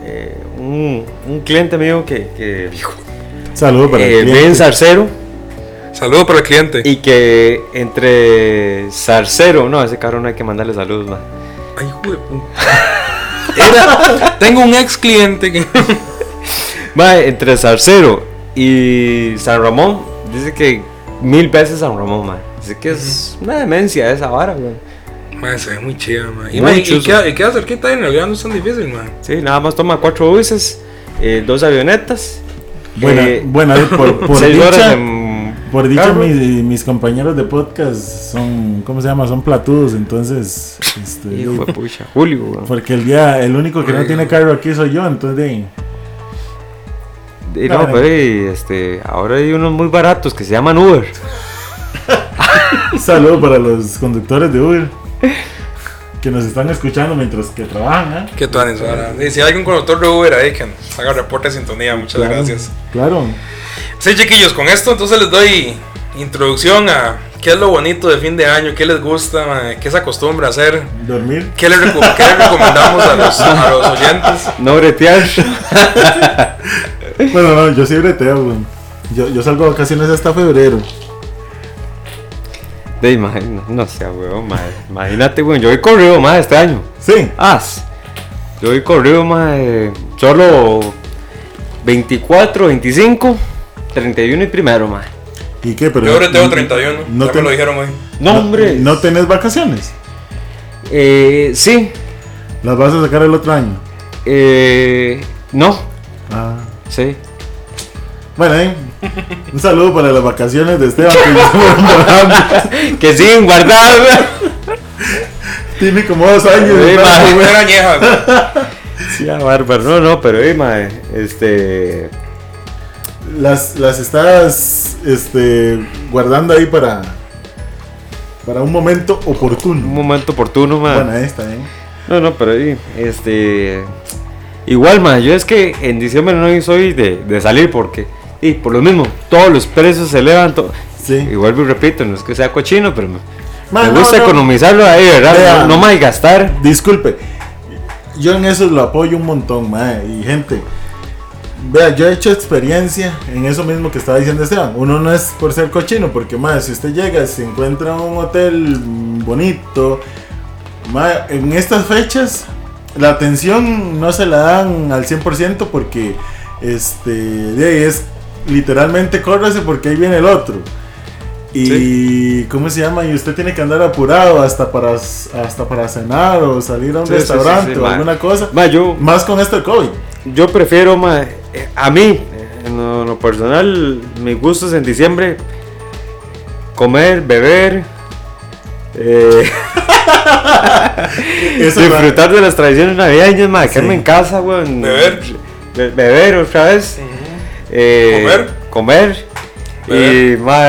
un cliente mío que saludo para el cliente. vive en Zarcero. Saludo para el cliente. Y que entre Zarcero, no, a ese cabrón no hay que mandarle saludos, man. Ay, hijo de puta. Tengo un ex cliente que entre Zarcero y San Ramón, dice que 1000 veces San Ramón, man. Dice que es una demencia esa vara, güey. Se ve muy chida, man. Y queda cerquita y en realidad no es tan difícil, man. Sí, nada más toma 4 buses, 2 avionetas. Buena, por 6 dicha, horas Por dicho, Carro. mis compañeros de podcast son, ¿cómo se llama? Son platudos, entonces, Hijo de pucha, Julio, weón. porque el único que no tiene carro aquí soy yo, entonces, Y no, pero ahora hay unos muy baratos que se llaman Uber. un saludo para los conductores de Uber que nos están escuchando mientras que trabajan, ¿eh? ¿Qué tú haces ahora? Y si hay algún conductor de Uber ahí que nos haga reporte de sintonía, muchas Claro, gracias. Claro. Sí, chiquillos, con esto entonces les doy introducción a qué es lo bonito de fin de año, qué les gusta, mae, qué se acostumbra a hacer, Dormir. qué les recomendamos a los oyentes. No bretear. Bueno, no, yo sí breteo, güey. Yo salgo de vacaciones hasta febrero. No sé, weón, madre. Imagínate, weón, yo voy corrido, madre, este año. Sí. Yo voy corrido, madre, solo 24, 25, 31 y primero, madre. ¿Y qué? Pero Yo ahora tengo 31, no ya te- me lo dijeron hoy. No, hombre. ¿No tenés vacaciones? Sí. ¿Las vas a sacar el otro año? No. Ah. Sí. Bueno, un saludo para las vacaciones de Esteban, que ya fueron volando. Que siguen guardadas, weón. Tiene como 2 años. Sí, ¿verdad? ma. Primera añeja, güey. Sí, bárbaro. No, pero, madre, Las estás guardando ahí para un momento un oportuno. momento oportuno, madre. Bueno, ahí está, ¿eh? No, pero igual, madre, yo es que en diciembre no soy de salir porque, y por lo mismo, todos los precios se elevan, Sí. y vuelvo y repito, no es que sea cochino, pero me Ma, no, gusta no. economizarlo ahí, ¿verdad? Vea. No más gastar. Disculpe, yo en eso lo apoyo un montón, mae. Y gente, vea, yo he hecho experiencia en eso mismo que estaba diciendo Esteban. Uno no es por ser cochino, porque mae, si usted llega, se encuentra en un hotel bonito, mae, en estas fechas la atención no se la dan al 100% porque de ahí es literalmente córrase porque ahí viene el otro. Y ¿cómo se llama? Y usted tiene que andar apurado hasta para cenar o salir a un Sí, restaurante o ma. alguna cosa. Ma, yo Más con esto del COVID. prefiero, ma, a mí, en lo personal, mis gustos en diciembre, comer, beber, Eso, disfrutar de las tradiciones navideñas, ma, quedarme Sí. en casa, weón. Beber. Beber otra vez. Comer. Beber. Y, ma,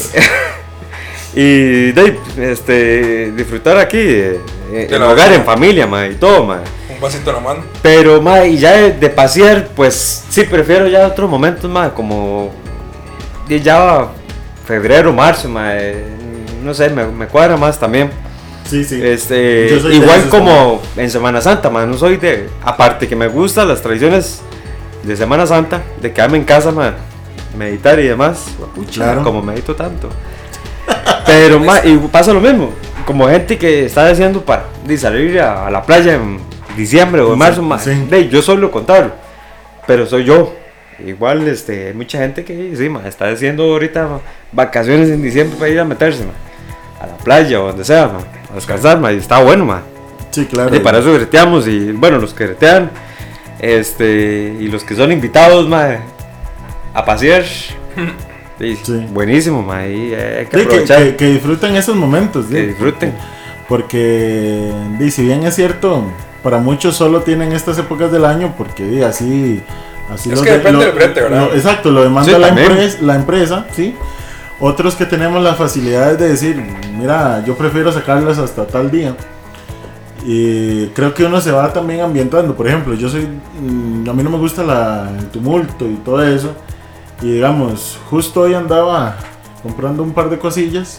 y disfrutar aquí, en la hogar, vida. en familia, ma, y todo, ma. Un vasito en la mano. Pero, ma, y ya de pasear, pues sí prefiero ya otros momentos, ma, como ya febrero, marzo, ma, no sé, me cuadra más también. Sí, sí. Yo soy de Igual esos como en Semana Santa, ma, no soy aparte que me gustan las tradiciones de Semana Santa, de quedarme en casa, ma, meditar y demás, pucha, Claro. como medito tanto. Pero, ma, y pasa lo mismo, como gente que está deseando para salir a la playa en diciembre o en marzo, ma, Sí. yo soy lo contrario, pero soy yo. Igual, hay mucha gente que sí, ma, está haciendo ahorita vacaciones en diciembre para ir a meterse, ma, a la playa o donde sea, ma, a descansar, ma, y está bueno, ma. Sí, claro. Y para eso breteamos, y bueno, los que bretean, y los que son invitados, ma, a pasear, y Sí. buenísimo, ma, y hay que Sí, aprovechar, que disfruten esos momentos. que disfruten. Porque, si bien es cierto, para muchos solo tienen estas épocas del año porque así Es lo que de- depende del brete, ¿verdad? Exacto, lo demanda Sí, la también. empresa, ¿sí? Otros que tenemos las facilidades de decir, mira, yo prefiero sacarlas hasta tal día. Y creo que uno se va también ambientando. Por ejemplo, yo soy, a mí no me gusta el tumulto y todo eso. Y digamos, justo hoy andaba comprando un par de cosillas.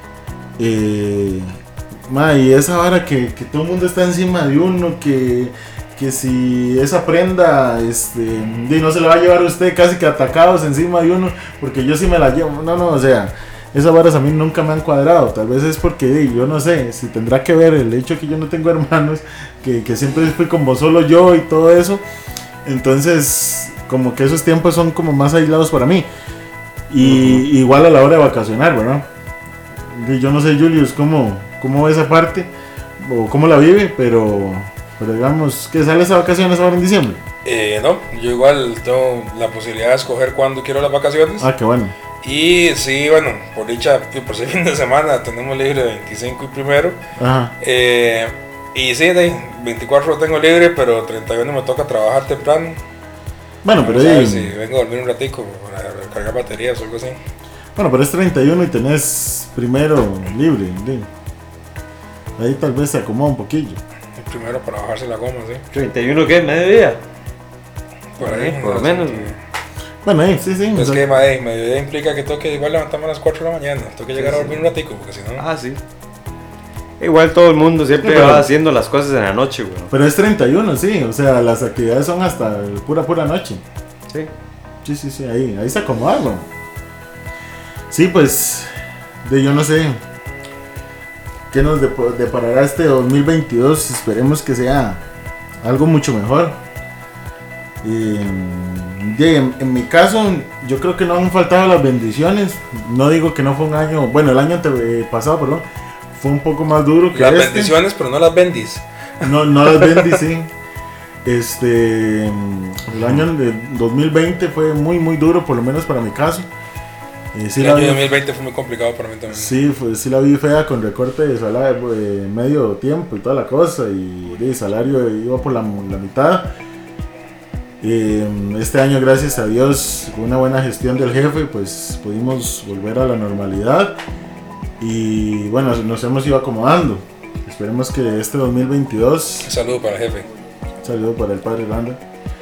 Y esa vara que todo el mundo está encima de uno, que si esa prenda no se la va a llevar usted casi que atacados encima de uno, porque yo sí me la llevo. No, o sea, esas varas a mí nunca me han cuadrado. Tal vez es porque yo no sé si tendrá que ver el hecho que yo no tengo hermanos, que siempre fui como solo yo y todo eso. Entonces, como que esos tiempos son como más aislados para mí. Y igual a la hora de vacacionar, ¿verdad? Yo no sé, Julius, cómo ve esa parte o cómo la vive, pero digamos que sales a vacaciones ahora en diciembre. No, yo igual tengo la posibilidad de escoger cuándo quiero las vacaciones. Ah, qué bueno. Y sí, bueno, por dicha, por ese fin de semana tenemos libre 25 y 1. Ajá. Y sí, de 24 lo tengo libre, pero 31 me toca trabajar temprano. Bueno, pero Vamos a ver ahí, si vengo a dormir un ratico para cargar baterías o algo así. bueno, pero es 31 y tenés primero libre. ¿Sí? Ahí tal vez se acomoda un poquillo. El primero para bajarse la goma, sí. 31 qué, mediodía. Por ahí, Por lo no, menos. sí. Bueno, ahí, sí, sí. Es o sea, que mediodía implica que tengo que igual levantarme a las 4 de la mañana. Tengo que llegar a dormir un ratico, porque si no. Ah, sí. Igual todo el mundo siempre Sí, pero- va haciendo las cosas en la noche, güey. pero es 31, sí. O sea, las actividades son hasta pura noche. Sí. Sí, ahí se acomoda, güey. Sí, pues, yo no sé qué nos deparará este 2022. Esperemos que sea algo mucho mejor. En mi caso, yo creo que no han faltado las bendiciones. No digo que no fue un año, bueno, el año pasado, perdón, fue un poco más duro que Las este. bendiciones, pero no las bendis. No las bendicí. El año de 2020 fue muy duro, por lo menos para mi caso. Sí, El la año vi, 2020 fue muy complicado para mí también. sí la vi fea, con recorte de salario medio tiempo y toda la cosa, y el salario iba por la mitad. Este año, gracias a Dios, con una buena gestión del jefe, pues pudimos volver a la normalidad y bueno, nos hemos ido acomodando. Esperemos que este 2022, Un saludo para el jefe. saludo para el padre Randa,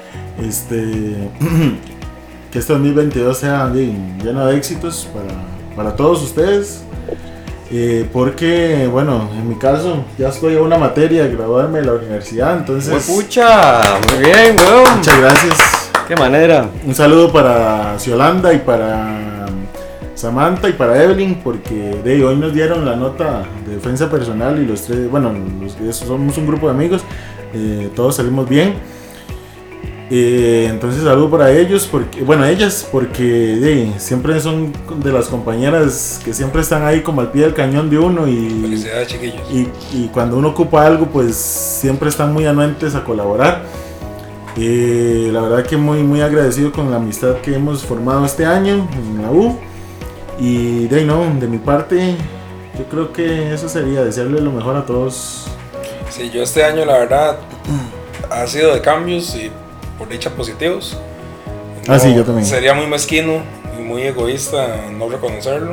que este 2022 sea lleno de éxitos para todos ustedes, porque bueno, en mi caso ya estoy a una materia de graduarme de la universidad, entonces ¡Pucha! Muy bien, weón. muchas gracias. Qué manera. Un saludo para Ciolanda y para Samantha y para Evelyn, porque hoy nos dieron la nota de defensa personal y los tres, bueno, somos un grupo de amigos, todos salimos bien. Entonces saludo para ellos, ellas, porque siempre son de las compañeras que siempre están ahí como al pie del cañón de uno y Felicidades, chiquillos. y cuando uno ocupa algo, pues siempre están muy anuentes a colaborar. La verdad que muy agradecido con la amistad que hemos formado este año en la U. Y de mi parte, yo creo que eso sería, desearle lo mejor a todos. Sí, yo este año la verdad ha sido de cambios y por dicha positivos. Sí, yo también. Sería muy mezquino y muy egoísta no reconocerlo.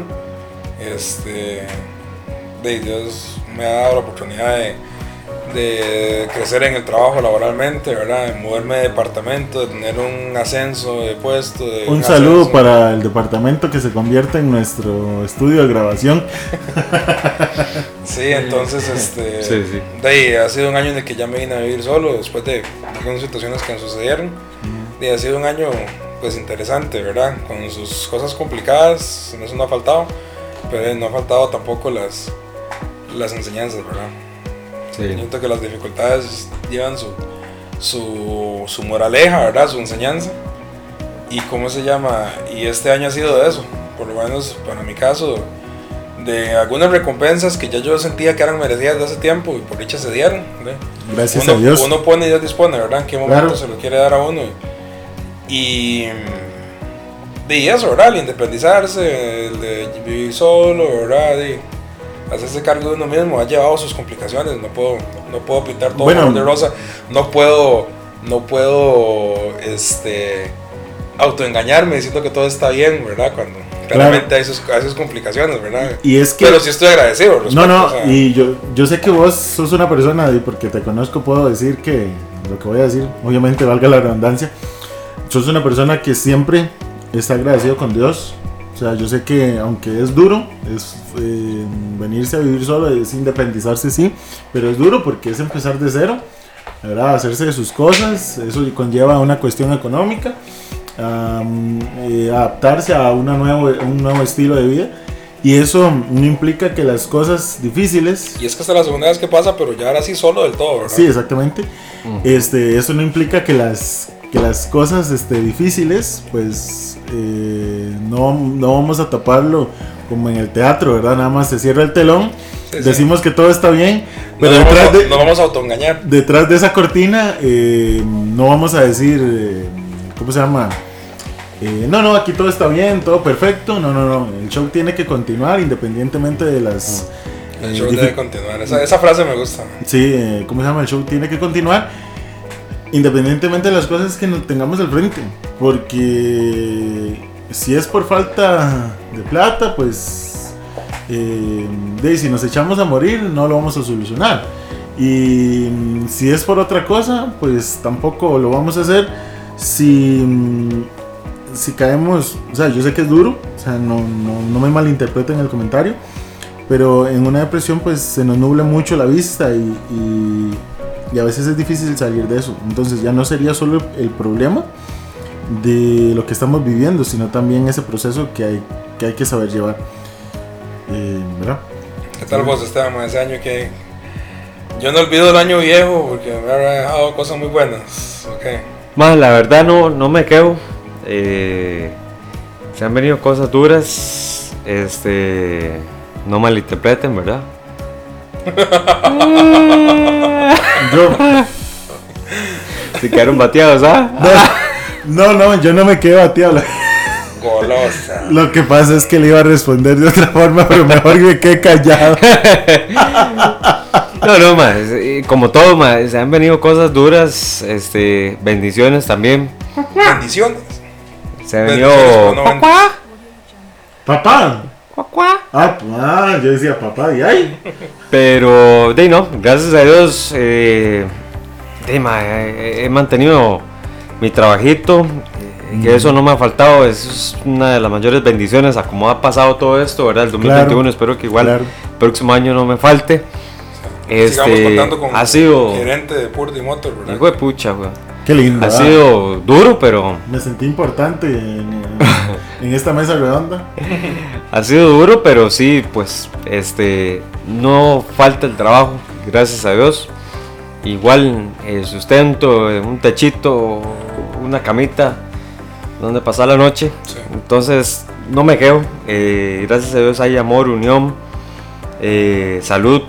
Dios me ha dado la oportunidad de crecer en el trabajo laboralmente, ¿verdad? De moverme de departamento, de tener un ascenso de puesto. Un saludo para el departamento que se convierte en nuestro estudio de grabación. Sí, entonces Sí. ha sido un año en el que ya me vine a vivir solo después de algunas situaciones que me sucedieron. Ha sido un año pues interesante, ¿verdad? Con sus cosas complicadas, eso no ha faltado, pero no ha faltado tampoco las enseñanzas, ¿verdad? Sí. Siento que las dificultades llevan su moraleja, ¿verdad? Su enseñanza. ¿Y cómo se llama? Y este año ha sido de eso, por lo menos para mi caso, de algunas recompensas que ya yo sentía que eran merecidas de hace tiempo y por dicha se dieron, ¿verdad? Gracias a Dios. Uno pone y Dios dispone, ¿verdad? En qué momento Claro. se lo quiere dar a uno. Y eso, ¿verdad? El independizarse, el de vivir solo, ¿verdad? Y hacerse cargo de uno mismo ha llevado sus complicaciones. No puedo pintar todo color de rosa. No puedo autoengañarme diciendo que todo está bien, ¿verdad? Cuando claramente hay sus complicaciones, ¿verdad? Y es que, pero sí estoy agradecido. No, y yo sé que vos sos una persona, y porque te conozco puedo decir que lo que voy a decir, obviamente valga la redundancia, sos una persona que siempre está agradecido con Dios. O sea, yo sé que aunque es duro, venirse a vivir solo, es independizarse, sí, pero es duro porque es empezar de cero, ¿verdad? Hacerse de sus cosas, eso conlleva una cuestión económica, adaptarse a un nuevo estilo de vida, y eso no implica que las cosas difíciles... Y es que hasta la segunda vez que pasa, pero ya ahora sí solo del todo, ¿verdad? Sí, exactamente. Eso no implica que las cosas difíciles, pues no vamos a taparlo como en el teatro, ¿verdad? Nada más se cierra el telón, sí, decimos que todo está bien, pero no vamos a autoengañar. Detrás de esa cortina no vamos a decir, ¿cómo se llama? no, aquí todo está bien, todo perfecto. No, el show tiene que continuar independientemente de las... El show debe continuar, esa frase me gusta. Sí, ¿cómo se llama? El show tiene que continuar independientemente de las cosas que nos tengamos al frente. Porque si es por falta de plata, pues si nos echamos a morir no lo vamos a solucionar. Y si es por otra cosa, pues tampoco lo vamos a hacer. Si caemos, o sea, yo sé que es duro, o sea, no me malinterpreten el comentario, pero en una depresión pues se nos nubla mucho la vista y a veces es difícil salir de eso. Entonces ya no sería solo el problema de lo que estamos viviendo, sino también ese proceso que hay que saber llevar. ¿Verdad? ¿Qué tal vos, Esteban? Ese año que yo no olvido el año viejo porque me ha dejado cosas muy buenas. Okay. Más, la verdad no me quedo. Se han venido cosas duras. No malinterpreten, ¿verdad? Se quedaron bateados, ¿ah? No, yo no me quedé bateado. Golosa. Lo que pasa es que le iba a responder de otra forma, pero mejor me quedé callado. No, más, como todo, más, se han venido cosas duras, bendiciones también. Bendiciones. Se ha venido... ¿Papá? Yo decía papá, y ay. Pero, no, gracias a Dios, he mantenido mi trabajito, que eso no me ha faltado, eso es una de las mayores bendiciones, a como ha pasado todo esto, ¿verdad? El 2021, claro, espero que igual el próximo año no me falte. Sigamos contando con ha sido gerente de Purdy Motor, ¿verdad? Hijo de pucha, güey. Qué lindo. Ha sido duro, pero... Me sentí importante en esta mesa redonda. Ha sido duro, pero sí, pues, no falta el trabajo, gracias a Dios. Igual sustento, un techito, una camita donde pasar la noche. Sí. Entonces, no me quedo. Gracias a Dios hay amor, unión, salud.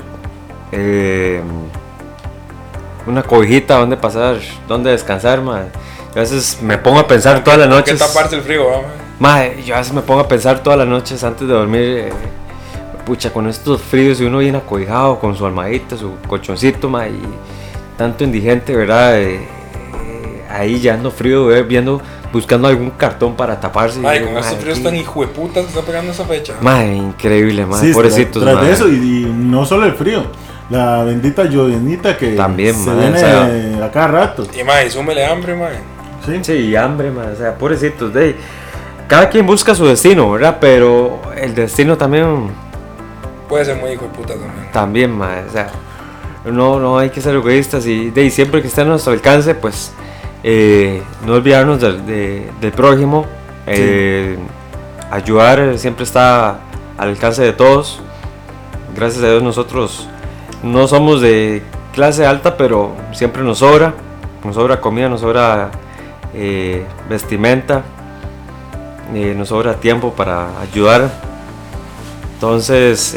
Una cobijita donde pasar, donde descansar, man. A veces me pongo a pensar todas las noches. ¿Qué taparse el frío, Yo a veces me pongo a pensar todas las noches antes de dormir. Pucha, con estos fríos y uno viene acobijado con su almohadita, su colchoncito, man, y tanto indigente, ¿verdad? Ahí ya ando frío, buscando algún cartón para taparse. Con estos fríos tan hijueputas que está pegando esa fecha. Increíble, sí, pobrecitos. Tras de eso, y no solo el frío, la bendita llovinita que también, se viene a cada rato. Y súmele hambre, Sí, hambre, o sea, pobrecitos. Cada quien busca su destino, ¿verdad? Pero el destino también puede ser muy hijueputa también. O sea, no hay que ser egoístas y siempre que esté a nuestro alcance, pues no olvidarnos del prójimo. Sí. Ayudar siempre está al alcance de todos. Gracias a Dios nosotros no somos de clase alta, pero siempre nos sobra comida, nos sobra vestimenta, nos sobra tiempo para ayudar. Entonces,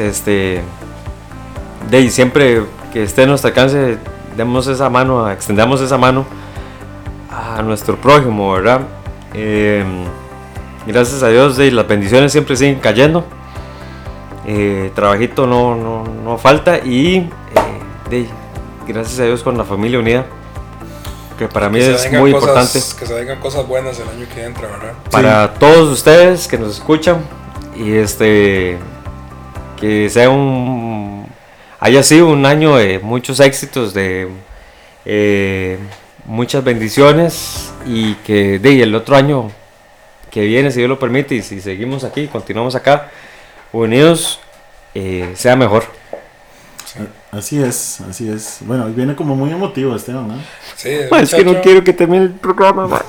siempre que esté en nuestro alcance, extendamos esa mano a nuestro prójimo, ¿verdad? Gracias a Dios, las bendiciones siempre siguen cayendo. Trabajito no falta y gracias a Dios con la familia unida, que para mí es muy importante. Que se vengan cosas buenas el año que entra, ¿verdad? Para todos ustedes que nos escuchan y que sea haya sido un año de muchos éxitos, de muchas bendiciones y que el otro año que viene, si Dios lo permite y si seguimos aquí, continuamos acá unidos, sea mejor. Sí. Así es. Bueno, hoy viene como muy emotivo Esteban, ¿no? Sí, es que no quiero que termine el programa,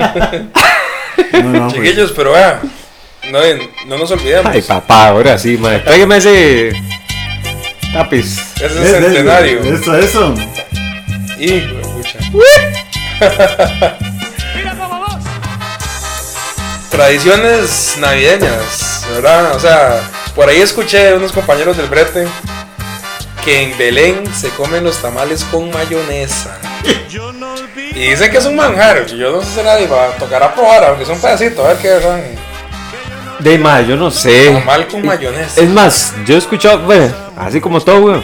no, chiquillos, pero no nos olvidemos. Ay, papá, ahora sí, man. Tráigame ese lápiz. Ese es el centenario. Eso. Y, escucha. Tradiciones navideñas, ¿verdad? O sea, por ahí escuché de unos compañeros del brete que en Belén se comen los tamales con mayonesa. Y dicen que es un manjar. Yo no sé si nadie va a tocar a probar, aunque es un pedacito, a ver qué son. De mae, yo no sé. Tamal con mayonesa. Es más, yo he escuchado, bueno, así como todo, weón.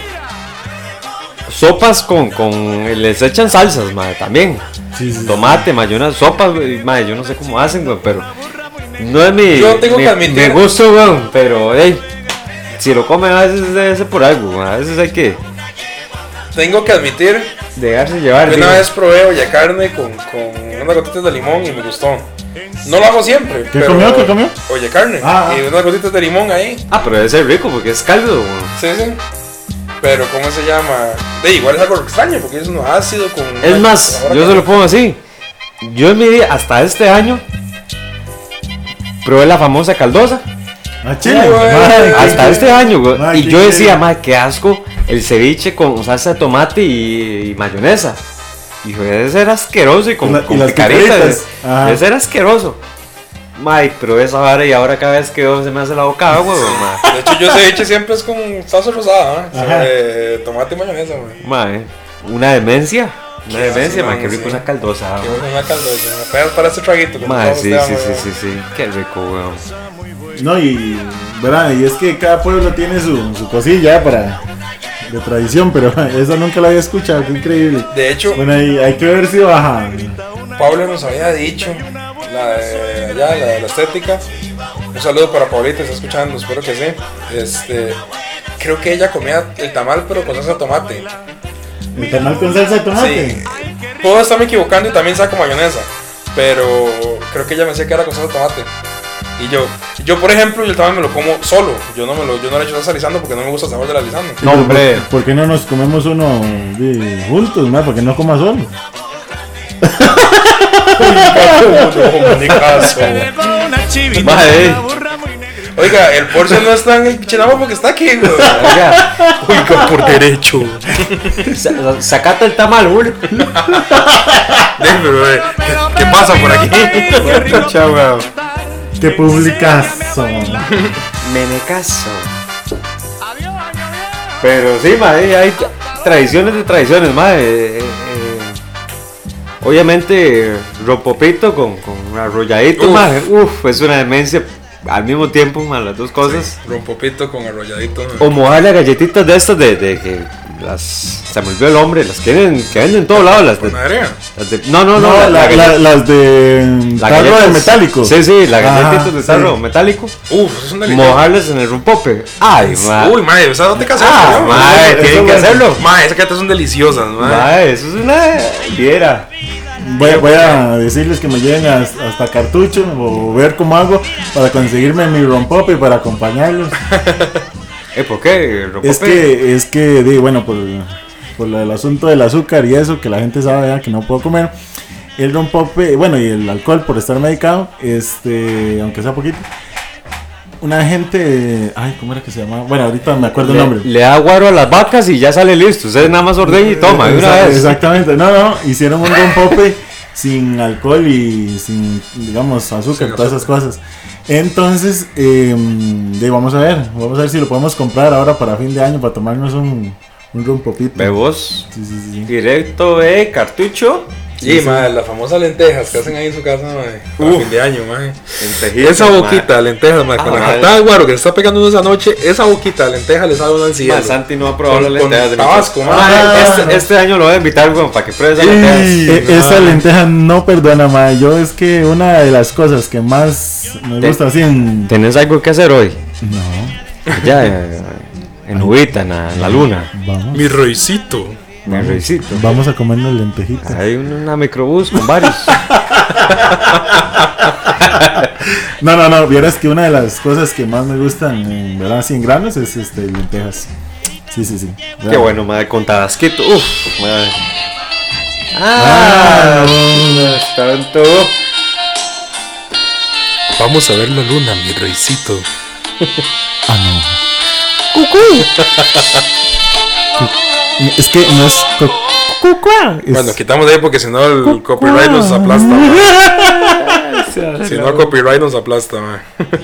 Sopas con les echan salsas, mae, también. Sí. Tomate, mayonesa, sopas, güey, mae, yo no sé cómo hacen, güey, pero no es mi. Yo tengo mi, que admitir. mi gusto, weón, pero, hey, si lo comen a veces debe ser por algo, weón, a veces hay que Tengo que admitir dejarse llevar. que una digo. vez probé olla carne con unas gotitas de limón y me gustó. No lo hago siempre. ¿Qué comió? ¿Qué comió? Olla carne. Ah. Y unas gotitas de limón ahí. Ah, pero debe ser rico porque es caldo, weón. Sí, sí. Pero, ¿cómo se llama? Igual es algo extraño porque es uno ácido con. Es más, yo se lo pongo así. Yo en mi vida, hasta este año, probé la famosa caldosa. Ah, chile. Güey. Mae, Hasta este año, güey. Ay, Y qué yo decía, increíble. madre, qué asco el ceviche con salsa de tomate y mayonesa. Y debe ser asqueroso y con, Y con las picaritas. picaritas. Ajá. Debe ser asqueroso. Madre, pero esa vara y ahora cada vez que veo se me hace la boca agua, güey, madre. De hecho, yo ceviche siempre es con salsa rosada, Ajá. tomate y mayonesa, güey. Madre, una demencia. Una Qué demencia, asco, madre, qué sí. rico una caldosa. Qué güey. bueno, una caldosa. Me pegas para este traguito. que Madre, nos sí, vamos, sí, te amo, sí, güey. sí, sí. Qué rico, weón. No, y ¿verdad? Y es que cada pueblo tiene su cosilla de tradición, pero esa nunca la había escuchado, qué increíble. De hecho, Bueno, hay que ver si baja. Pablo nos había dicho, la de allá, la de la estética. Un saludo para Paulita, está escuchando, espero que sí. Creo que ella comía el tamal, pero con salsa de tomate. El tamal con salsa de tomate. Sí. Puedo estarme equivocando y también saco mayonesa, pero creo que ella me decía que era con salsa de tomate. Y yo por ejemplo, yo el tamal me lo como solo. Yo no le echo salsa lisando porque no me gusta el sabor de la lisando. No, hombre. ¿Por qué no nos comemos uno juntos, ma? ¿Por qué no comas solo? Ni caso. Madre, Oiga, el Porsche no está en el Pichinamo porque está aquí, güey. oiga, Oiga, por derecho. sacate el tamal, güey. Pero, ¿qué pasa por aquí? Chao, weón. ¡Qué publicazo! Menecazo. Pero sí, madre, hay tradiciones de tradiciones, madre. Obviamente, ropopito con arrolladito, Uf. madre. Uf, es una demencia al mismo tiempo, madre, las dos cosas. Rompopito con arrolladito. O mojarle a galletitas de estas de que las. Se me olvidó el nombre, las que venden en todos lados, las de. Madre. No, No, las de la tarro de galletas- metálico. Sí, sí, las Ajá, galletitas de sí. tarro metálico. Uf, es un delicioso. Mojarles en el rompope. Ay, madre. Uy, madre, esa no te casas. Ah, madre, eso tienen que bueno. hacerlo. Madre, esas catas son deliciosas, madre. Madre, eso es una viera. Voy a decirles que me lleven hasta Cartucho o ver cómo hago para conseguirme mi rompope para acompañarlos. ¿Por qué? ¿Rompope? Es que bueno, por el asunto del azúcar y eso, que la gente sabe ya que no puedo comer. El rompope, bueno, y el alcohol por estar medicado, aunque sea poquito. Una gente, ay, ¿cómo era que se llamaba? Bueno, ahorita me acuerdo el nombre. Le da guaro a las vacas y ya sale listo. Usted nada más ordena y toma de una vez. Exactamente, no, hicieron un rompope sin alcohol y sin, digamos, azúcar, Sin todas esas cosas. Entonces, vamos a ver si lo podemos comprar ahora para fin de año para tomarnos un rompopito. Bebos. Sí. Directo de cartucho. Sí, madre, las famosas lentejas que hacen ahí en su casa, madre. Para fin de año, madre. Lentejitas, Esa boquita de lentejas, madre, Ah, con la madre. jartada de guaro que le está pegando uno esa noche, esa boquita de lentejas le sabe uno al cielo. Más Santi no ha probado Con- las lentejas de con Tabasco, mi madre. Madre, este año lo voy a invitar, weón, para que pruebe esas lentejas. Esa lenteja no perdona, ma. Yo es que una de las cosas que más me gusta así en... ¿Tenés algo que hacer hoy? No, Ya, en Ubita, en la luna. vamos. Mi reycito. Mi reycito. Vamos a comernos lentejitas. Hay una microbús con varios. No, vieras que una de las cosas que más me gustan, ¿verdad? Así en granos es lentejas. Sí. Qué bueno, madre, con tabasquito. Uf, madre. Ah, no es tanto. Vamos a ver la luna, mi reycito. Es que no es cucua. Bueno, quitamos de ahí porque si no el copyright nos aplasta, madre. Si no, copyright nos aplasta, madre.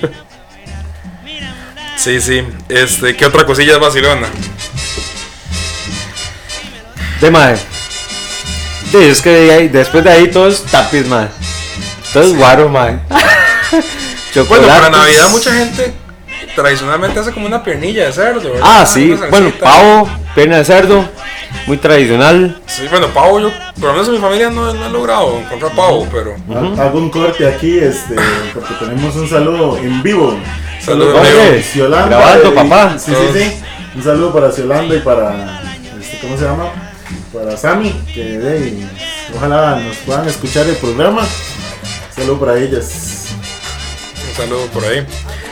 Sí. ¿Qué otra cosilla es vacilona? De madre. Sí, es que después de ahí todo es tapiz, man. Todo es guaro, man. Bueno, para Navidad mucha gente tradicionalmente hace como una piernilla de cerdo, ¿verdad? Ah, sí, bueno, pavo, pierna de cerdo, muy tradicional. Sí, bueno, pavo yo, por lo menos en mi familia no he logrado encontrar pavo, pero... Hago un corte aquí, porque tenemos un saludo en vivo. Saludos, Hombre, Yolanda. grabando, papá. Sí. Un saludo para Yolanda y para, ¿cómo se llama? Para Sammy, que ojalá nos puedan escuchar el programa. Saludo para ellas. Un saludo por ahí.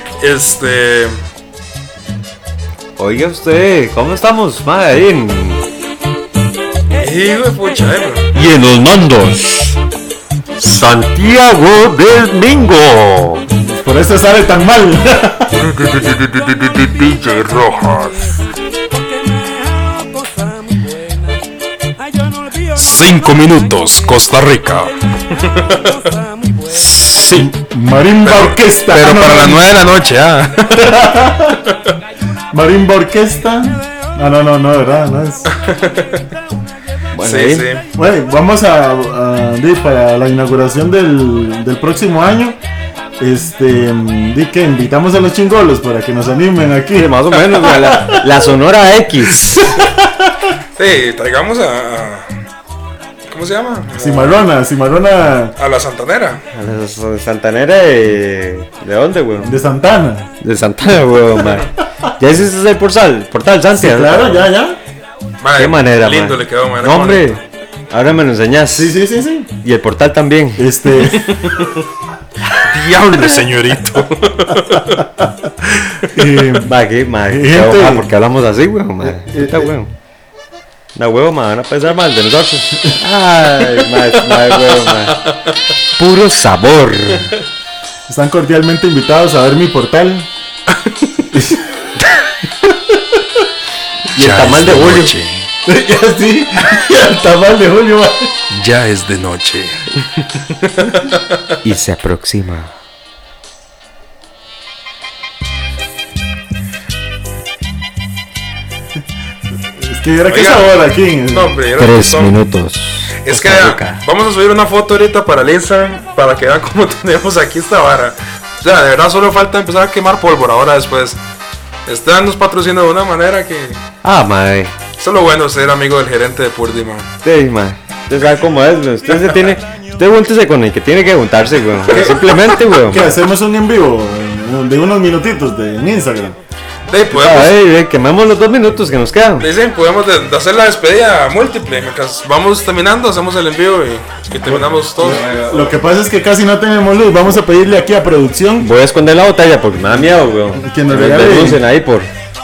Oiga usted, ¿cómo estamos, man? Ahí Hijo de pucha, bro. Y en los mandos, Santiago del Mingo. Por eso sale tan mal. DJ Rojas. 5 minutos, Costa Rica. Sí. Marimba Orquesta. Pero para las 9 de la noche, Marimba Orquesta. No, ¿verdad? No es. Bueno, sí. Bueno, vamos para la inauguración del próximo año. Que invitamos a los chingolos para que nos animen aquí. Sí, más o menos, la Sonora X. Sí, traigamos a ¿cómo se llama? Cimarrona. A la Santanera. A la Santanera ¿de dónde, weón? De Santana. De Santana, weón, man. ¿Ya hiciste el portal, Santi? Sí, claro, ya. Madre, Qué manera, lindo man. le quedó, man. No, hombre, ahora me lo enseñas. Sí. Y el portal también. Diablo, señorito. Porque hablamos así, weón, man. Está weón. La huevo, man, van a pensar mal de nosotros. Ay, huevo, man. Puro sabor. Están cordialmente invitados a ver mi portal. Y el tamal de Julio. Sí, el tamal de Julio. Ya es de noche. Y se aproxima. Es que era que sabor aquí. No, hombre, 3 minutos. Es que vamos a subir una foto ahorita para el Instagram para que vean cómo tenemos aquí esta vara. O sea, de verdad solo falta empezar a quemar pólvora ahora después. Están nos patrocinando de una manera que... Ah, madre. Eso es lo bueno ser amigo del gerente de Purdy, man. Sí, man. Usted sabe cómo es, güey. Usted júntese con el que tiene que juntarse, güey. Simplemente, güey. ¿Qué hacemos un en vivo de unos minutitos en Instagram? Podemos, quememos los 2 minutos que nos quedan. dicen, podemos de hacer la despedida múltiple. Mientras vamos terminando, hacemos el envío y terminamos todos. Lo que pasa es que casi no tenemos luz. Vamos a pedirle aquí a producción. Voy a esconder la botella porque me da miedo, güey. Que nos regale. Denuncien ahí por...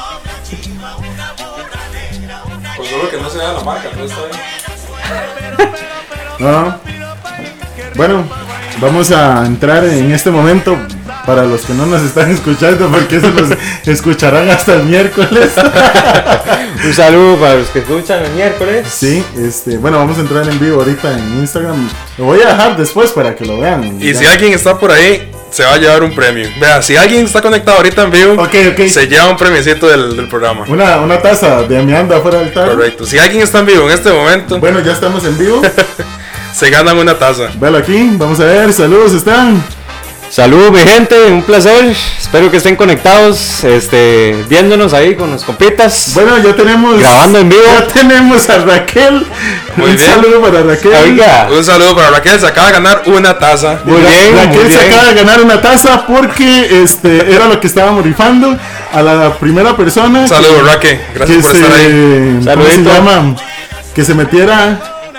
Pues solo que no se vea la marca, no está bien. No. Bueno, vamos a entrar en este momento. Para los que no nos están escuchando, porque eso los escucharán hasta el miércoles. Un saludo para los que escuchan el miércoles. Sí, bueno, vamos a entrar en vivo ahorita en Instagram. Lo voy a dejar después para que lo vean. Y si alguien está por ahí, se va a llevar un premio. Vea, si alguien está conectado ahorita en vivo, okay. Se lleva un premiecito del programa. Una taza de amianda fuera del tarro. Correcto. Si alguien está en vivo en este momento, bueno, ya estamos en vivo. Se ganan una taza. Véalo aquí, vamos a ver. Saludos, están. Saludos, mi gente, un placer. Espero que estén conectados, viéndonos ahí con los compitas. Bueno, ya tenemos grabando en vivo. Ya tenemos a Raquel. Muy un bien. Saludo para Raquel. Oiga. Un saludo para Raquel, se acaba de ganar una taza. Muy bien. Raquel se acaba de ganar una taza porque era lo que estábamos rifando a la primera persona. Saludos, Raquel. Gracias por estar ahí. ¿Cómo se llama? Que se metiera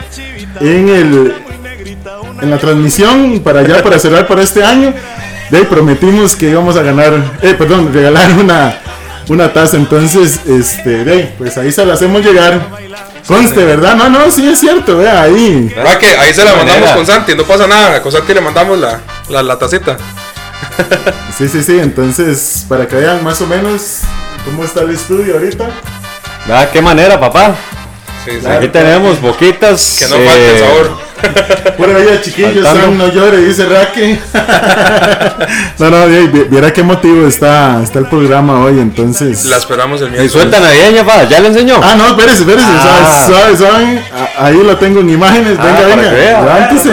en la transmisión para cerrar para este año. De ahí prometimos que íbamos a regalar una taza. Entonces, pues ahí se la hacemos llegar. Conste, ¿verdad? No, sí es cierto, vea ahí. Raquel, ahí se la mandamos con Santi, no pasa nada. Con Santi le mandamos la tacita. Sí, entonces, para que vean más o menos cómo está el estudio ahorita. ¿Qué manera, papá? Sí. Aquí tenemos boquitas. Que no falte el sabor. Por ahí, chiquillos, Faltando. Sam, no llore, dice Raque. No, viera qué motivo está el programa hoy, entonces. La esperamos el Y miércoles. suelta navideña, pa, ya le enseñó. Ah, no, espérese. Ah. Suave. Ahí lo tengo en imágenes. Ah, para Venga, que vea. levántese.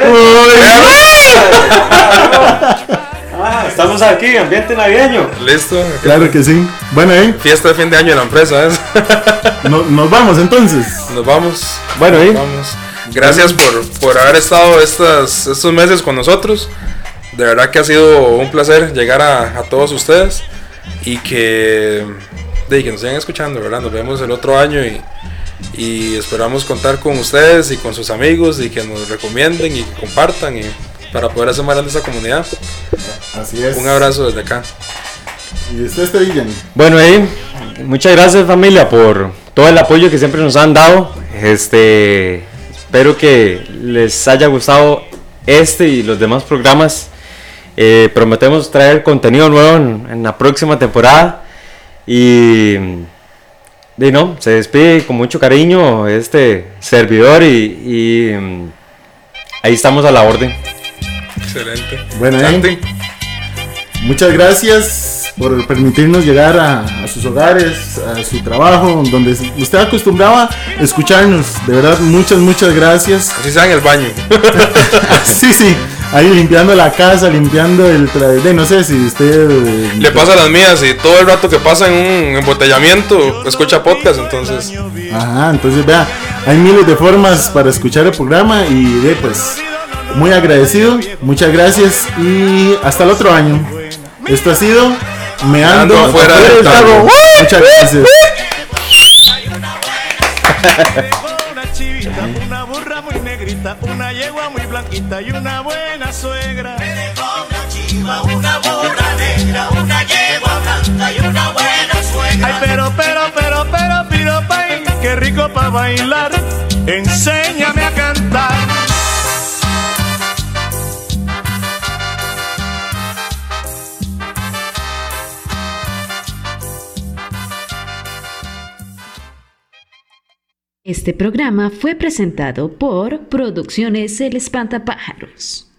Estamos aquí, ambiente navideño. Listo. Claro que sí. Bueno, Fiesta de fin de año en la empresa, ¿es? nos vamos entonces. Nos vamos. Bueno, Nos ¿y? vamos. Gracias por haber estado estos meses con nosotros. De verdad que ha sido un placer llegar a todos ustedes. Y que nos sigan escuchando, ¿verdad? Nos vemos el otro año y esperamos contar con ustedes y con sus amigos y que nos recomienden y que compartan para poder hacer más grande esta comunidad. Así es. Un abrazo desde acá. Y usted, Villan. Bueno, muchas gracias, familia, por todo el apoyo que siempre nos han dado. Espero que les haya gustado este y los demás programas. Prometemos traer contenido nuevo en la próxima temporada. Y no, se despide con mucho cariño este servidor y ahí estamos a la orden. Excelente. Bueno, Santi. Muchas gracias por permitirnos llegar a sus hogares, a su trabajo, donde usted acostumbraba escucharnos. De verdad, muchas gracias. Así sea en el baño. Sí, ahí limpiando la casa, limpiando no sé si usted... Le pasa a las mías y todo el rato que pasa en un embotellamiento escucha podcast, entonces. Ajá, entonces vea, hay miles de formas para escuchar el programa y pues muy agradecido, muchas gracias y hasta el otro año. Esto ha sido Meando Afuera del Tarro. Muchas gracias. Una chivita, una burra muy negrita, una yegua muy blanquita y una buena suegra. Una chiva, una burra negra, una yegua blanca y una buena suegra. Ay, pero, piropay, qué rico pa' bailar, enséñame a cantar. Este programa fue presentado por Producciones El Espantapájaros.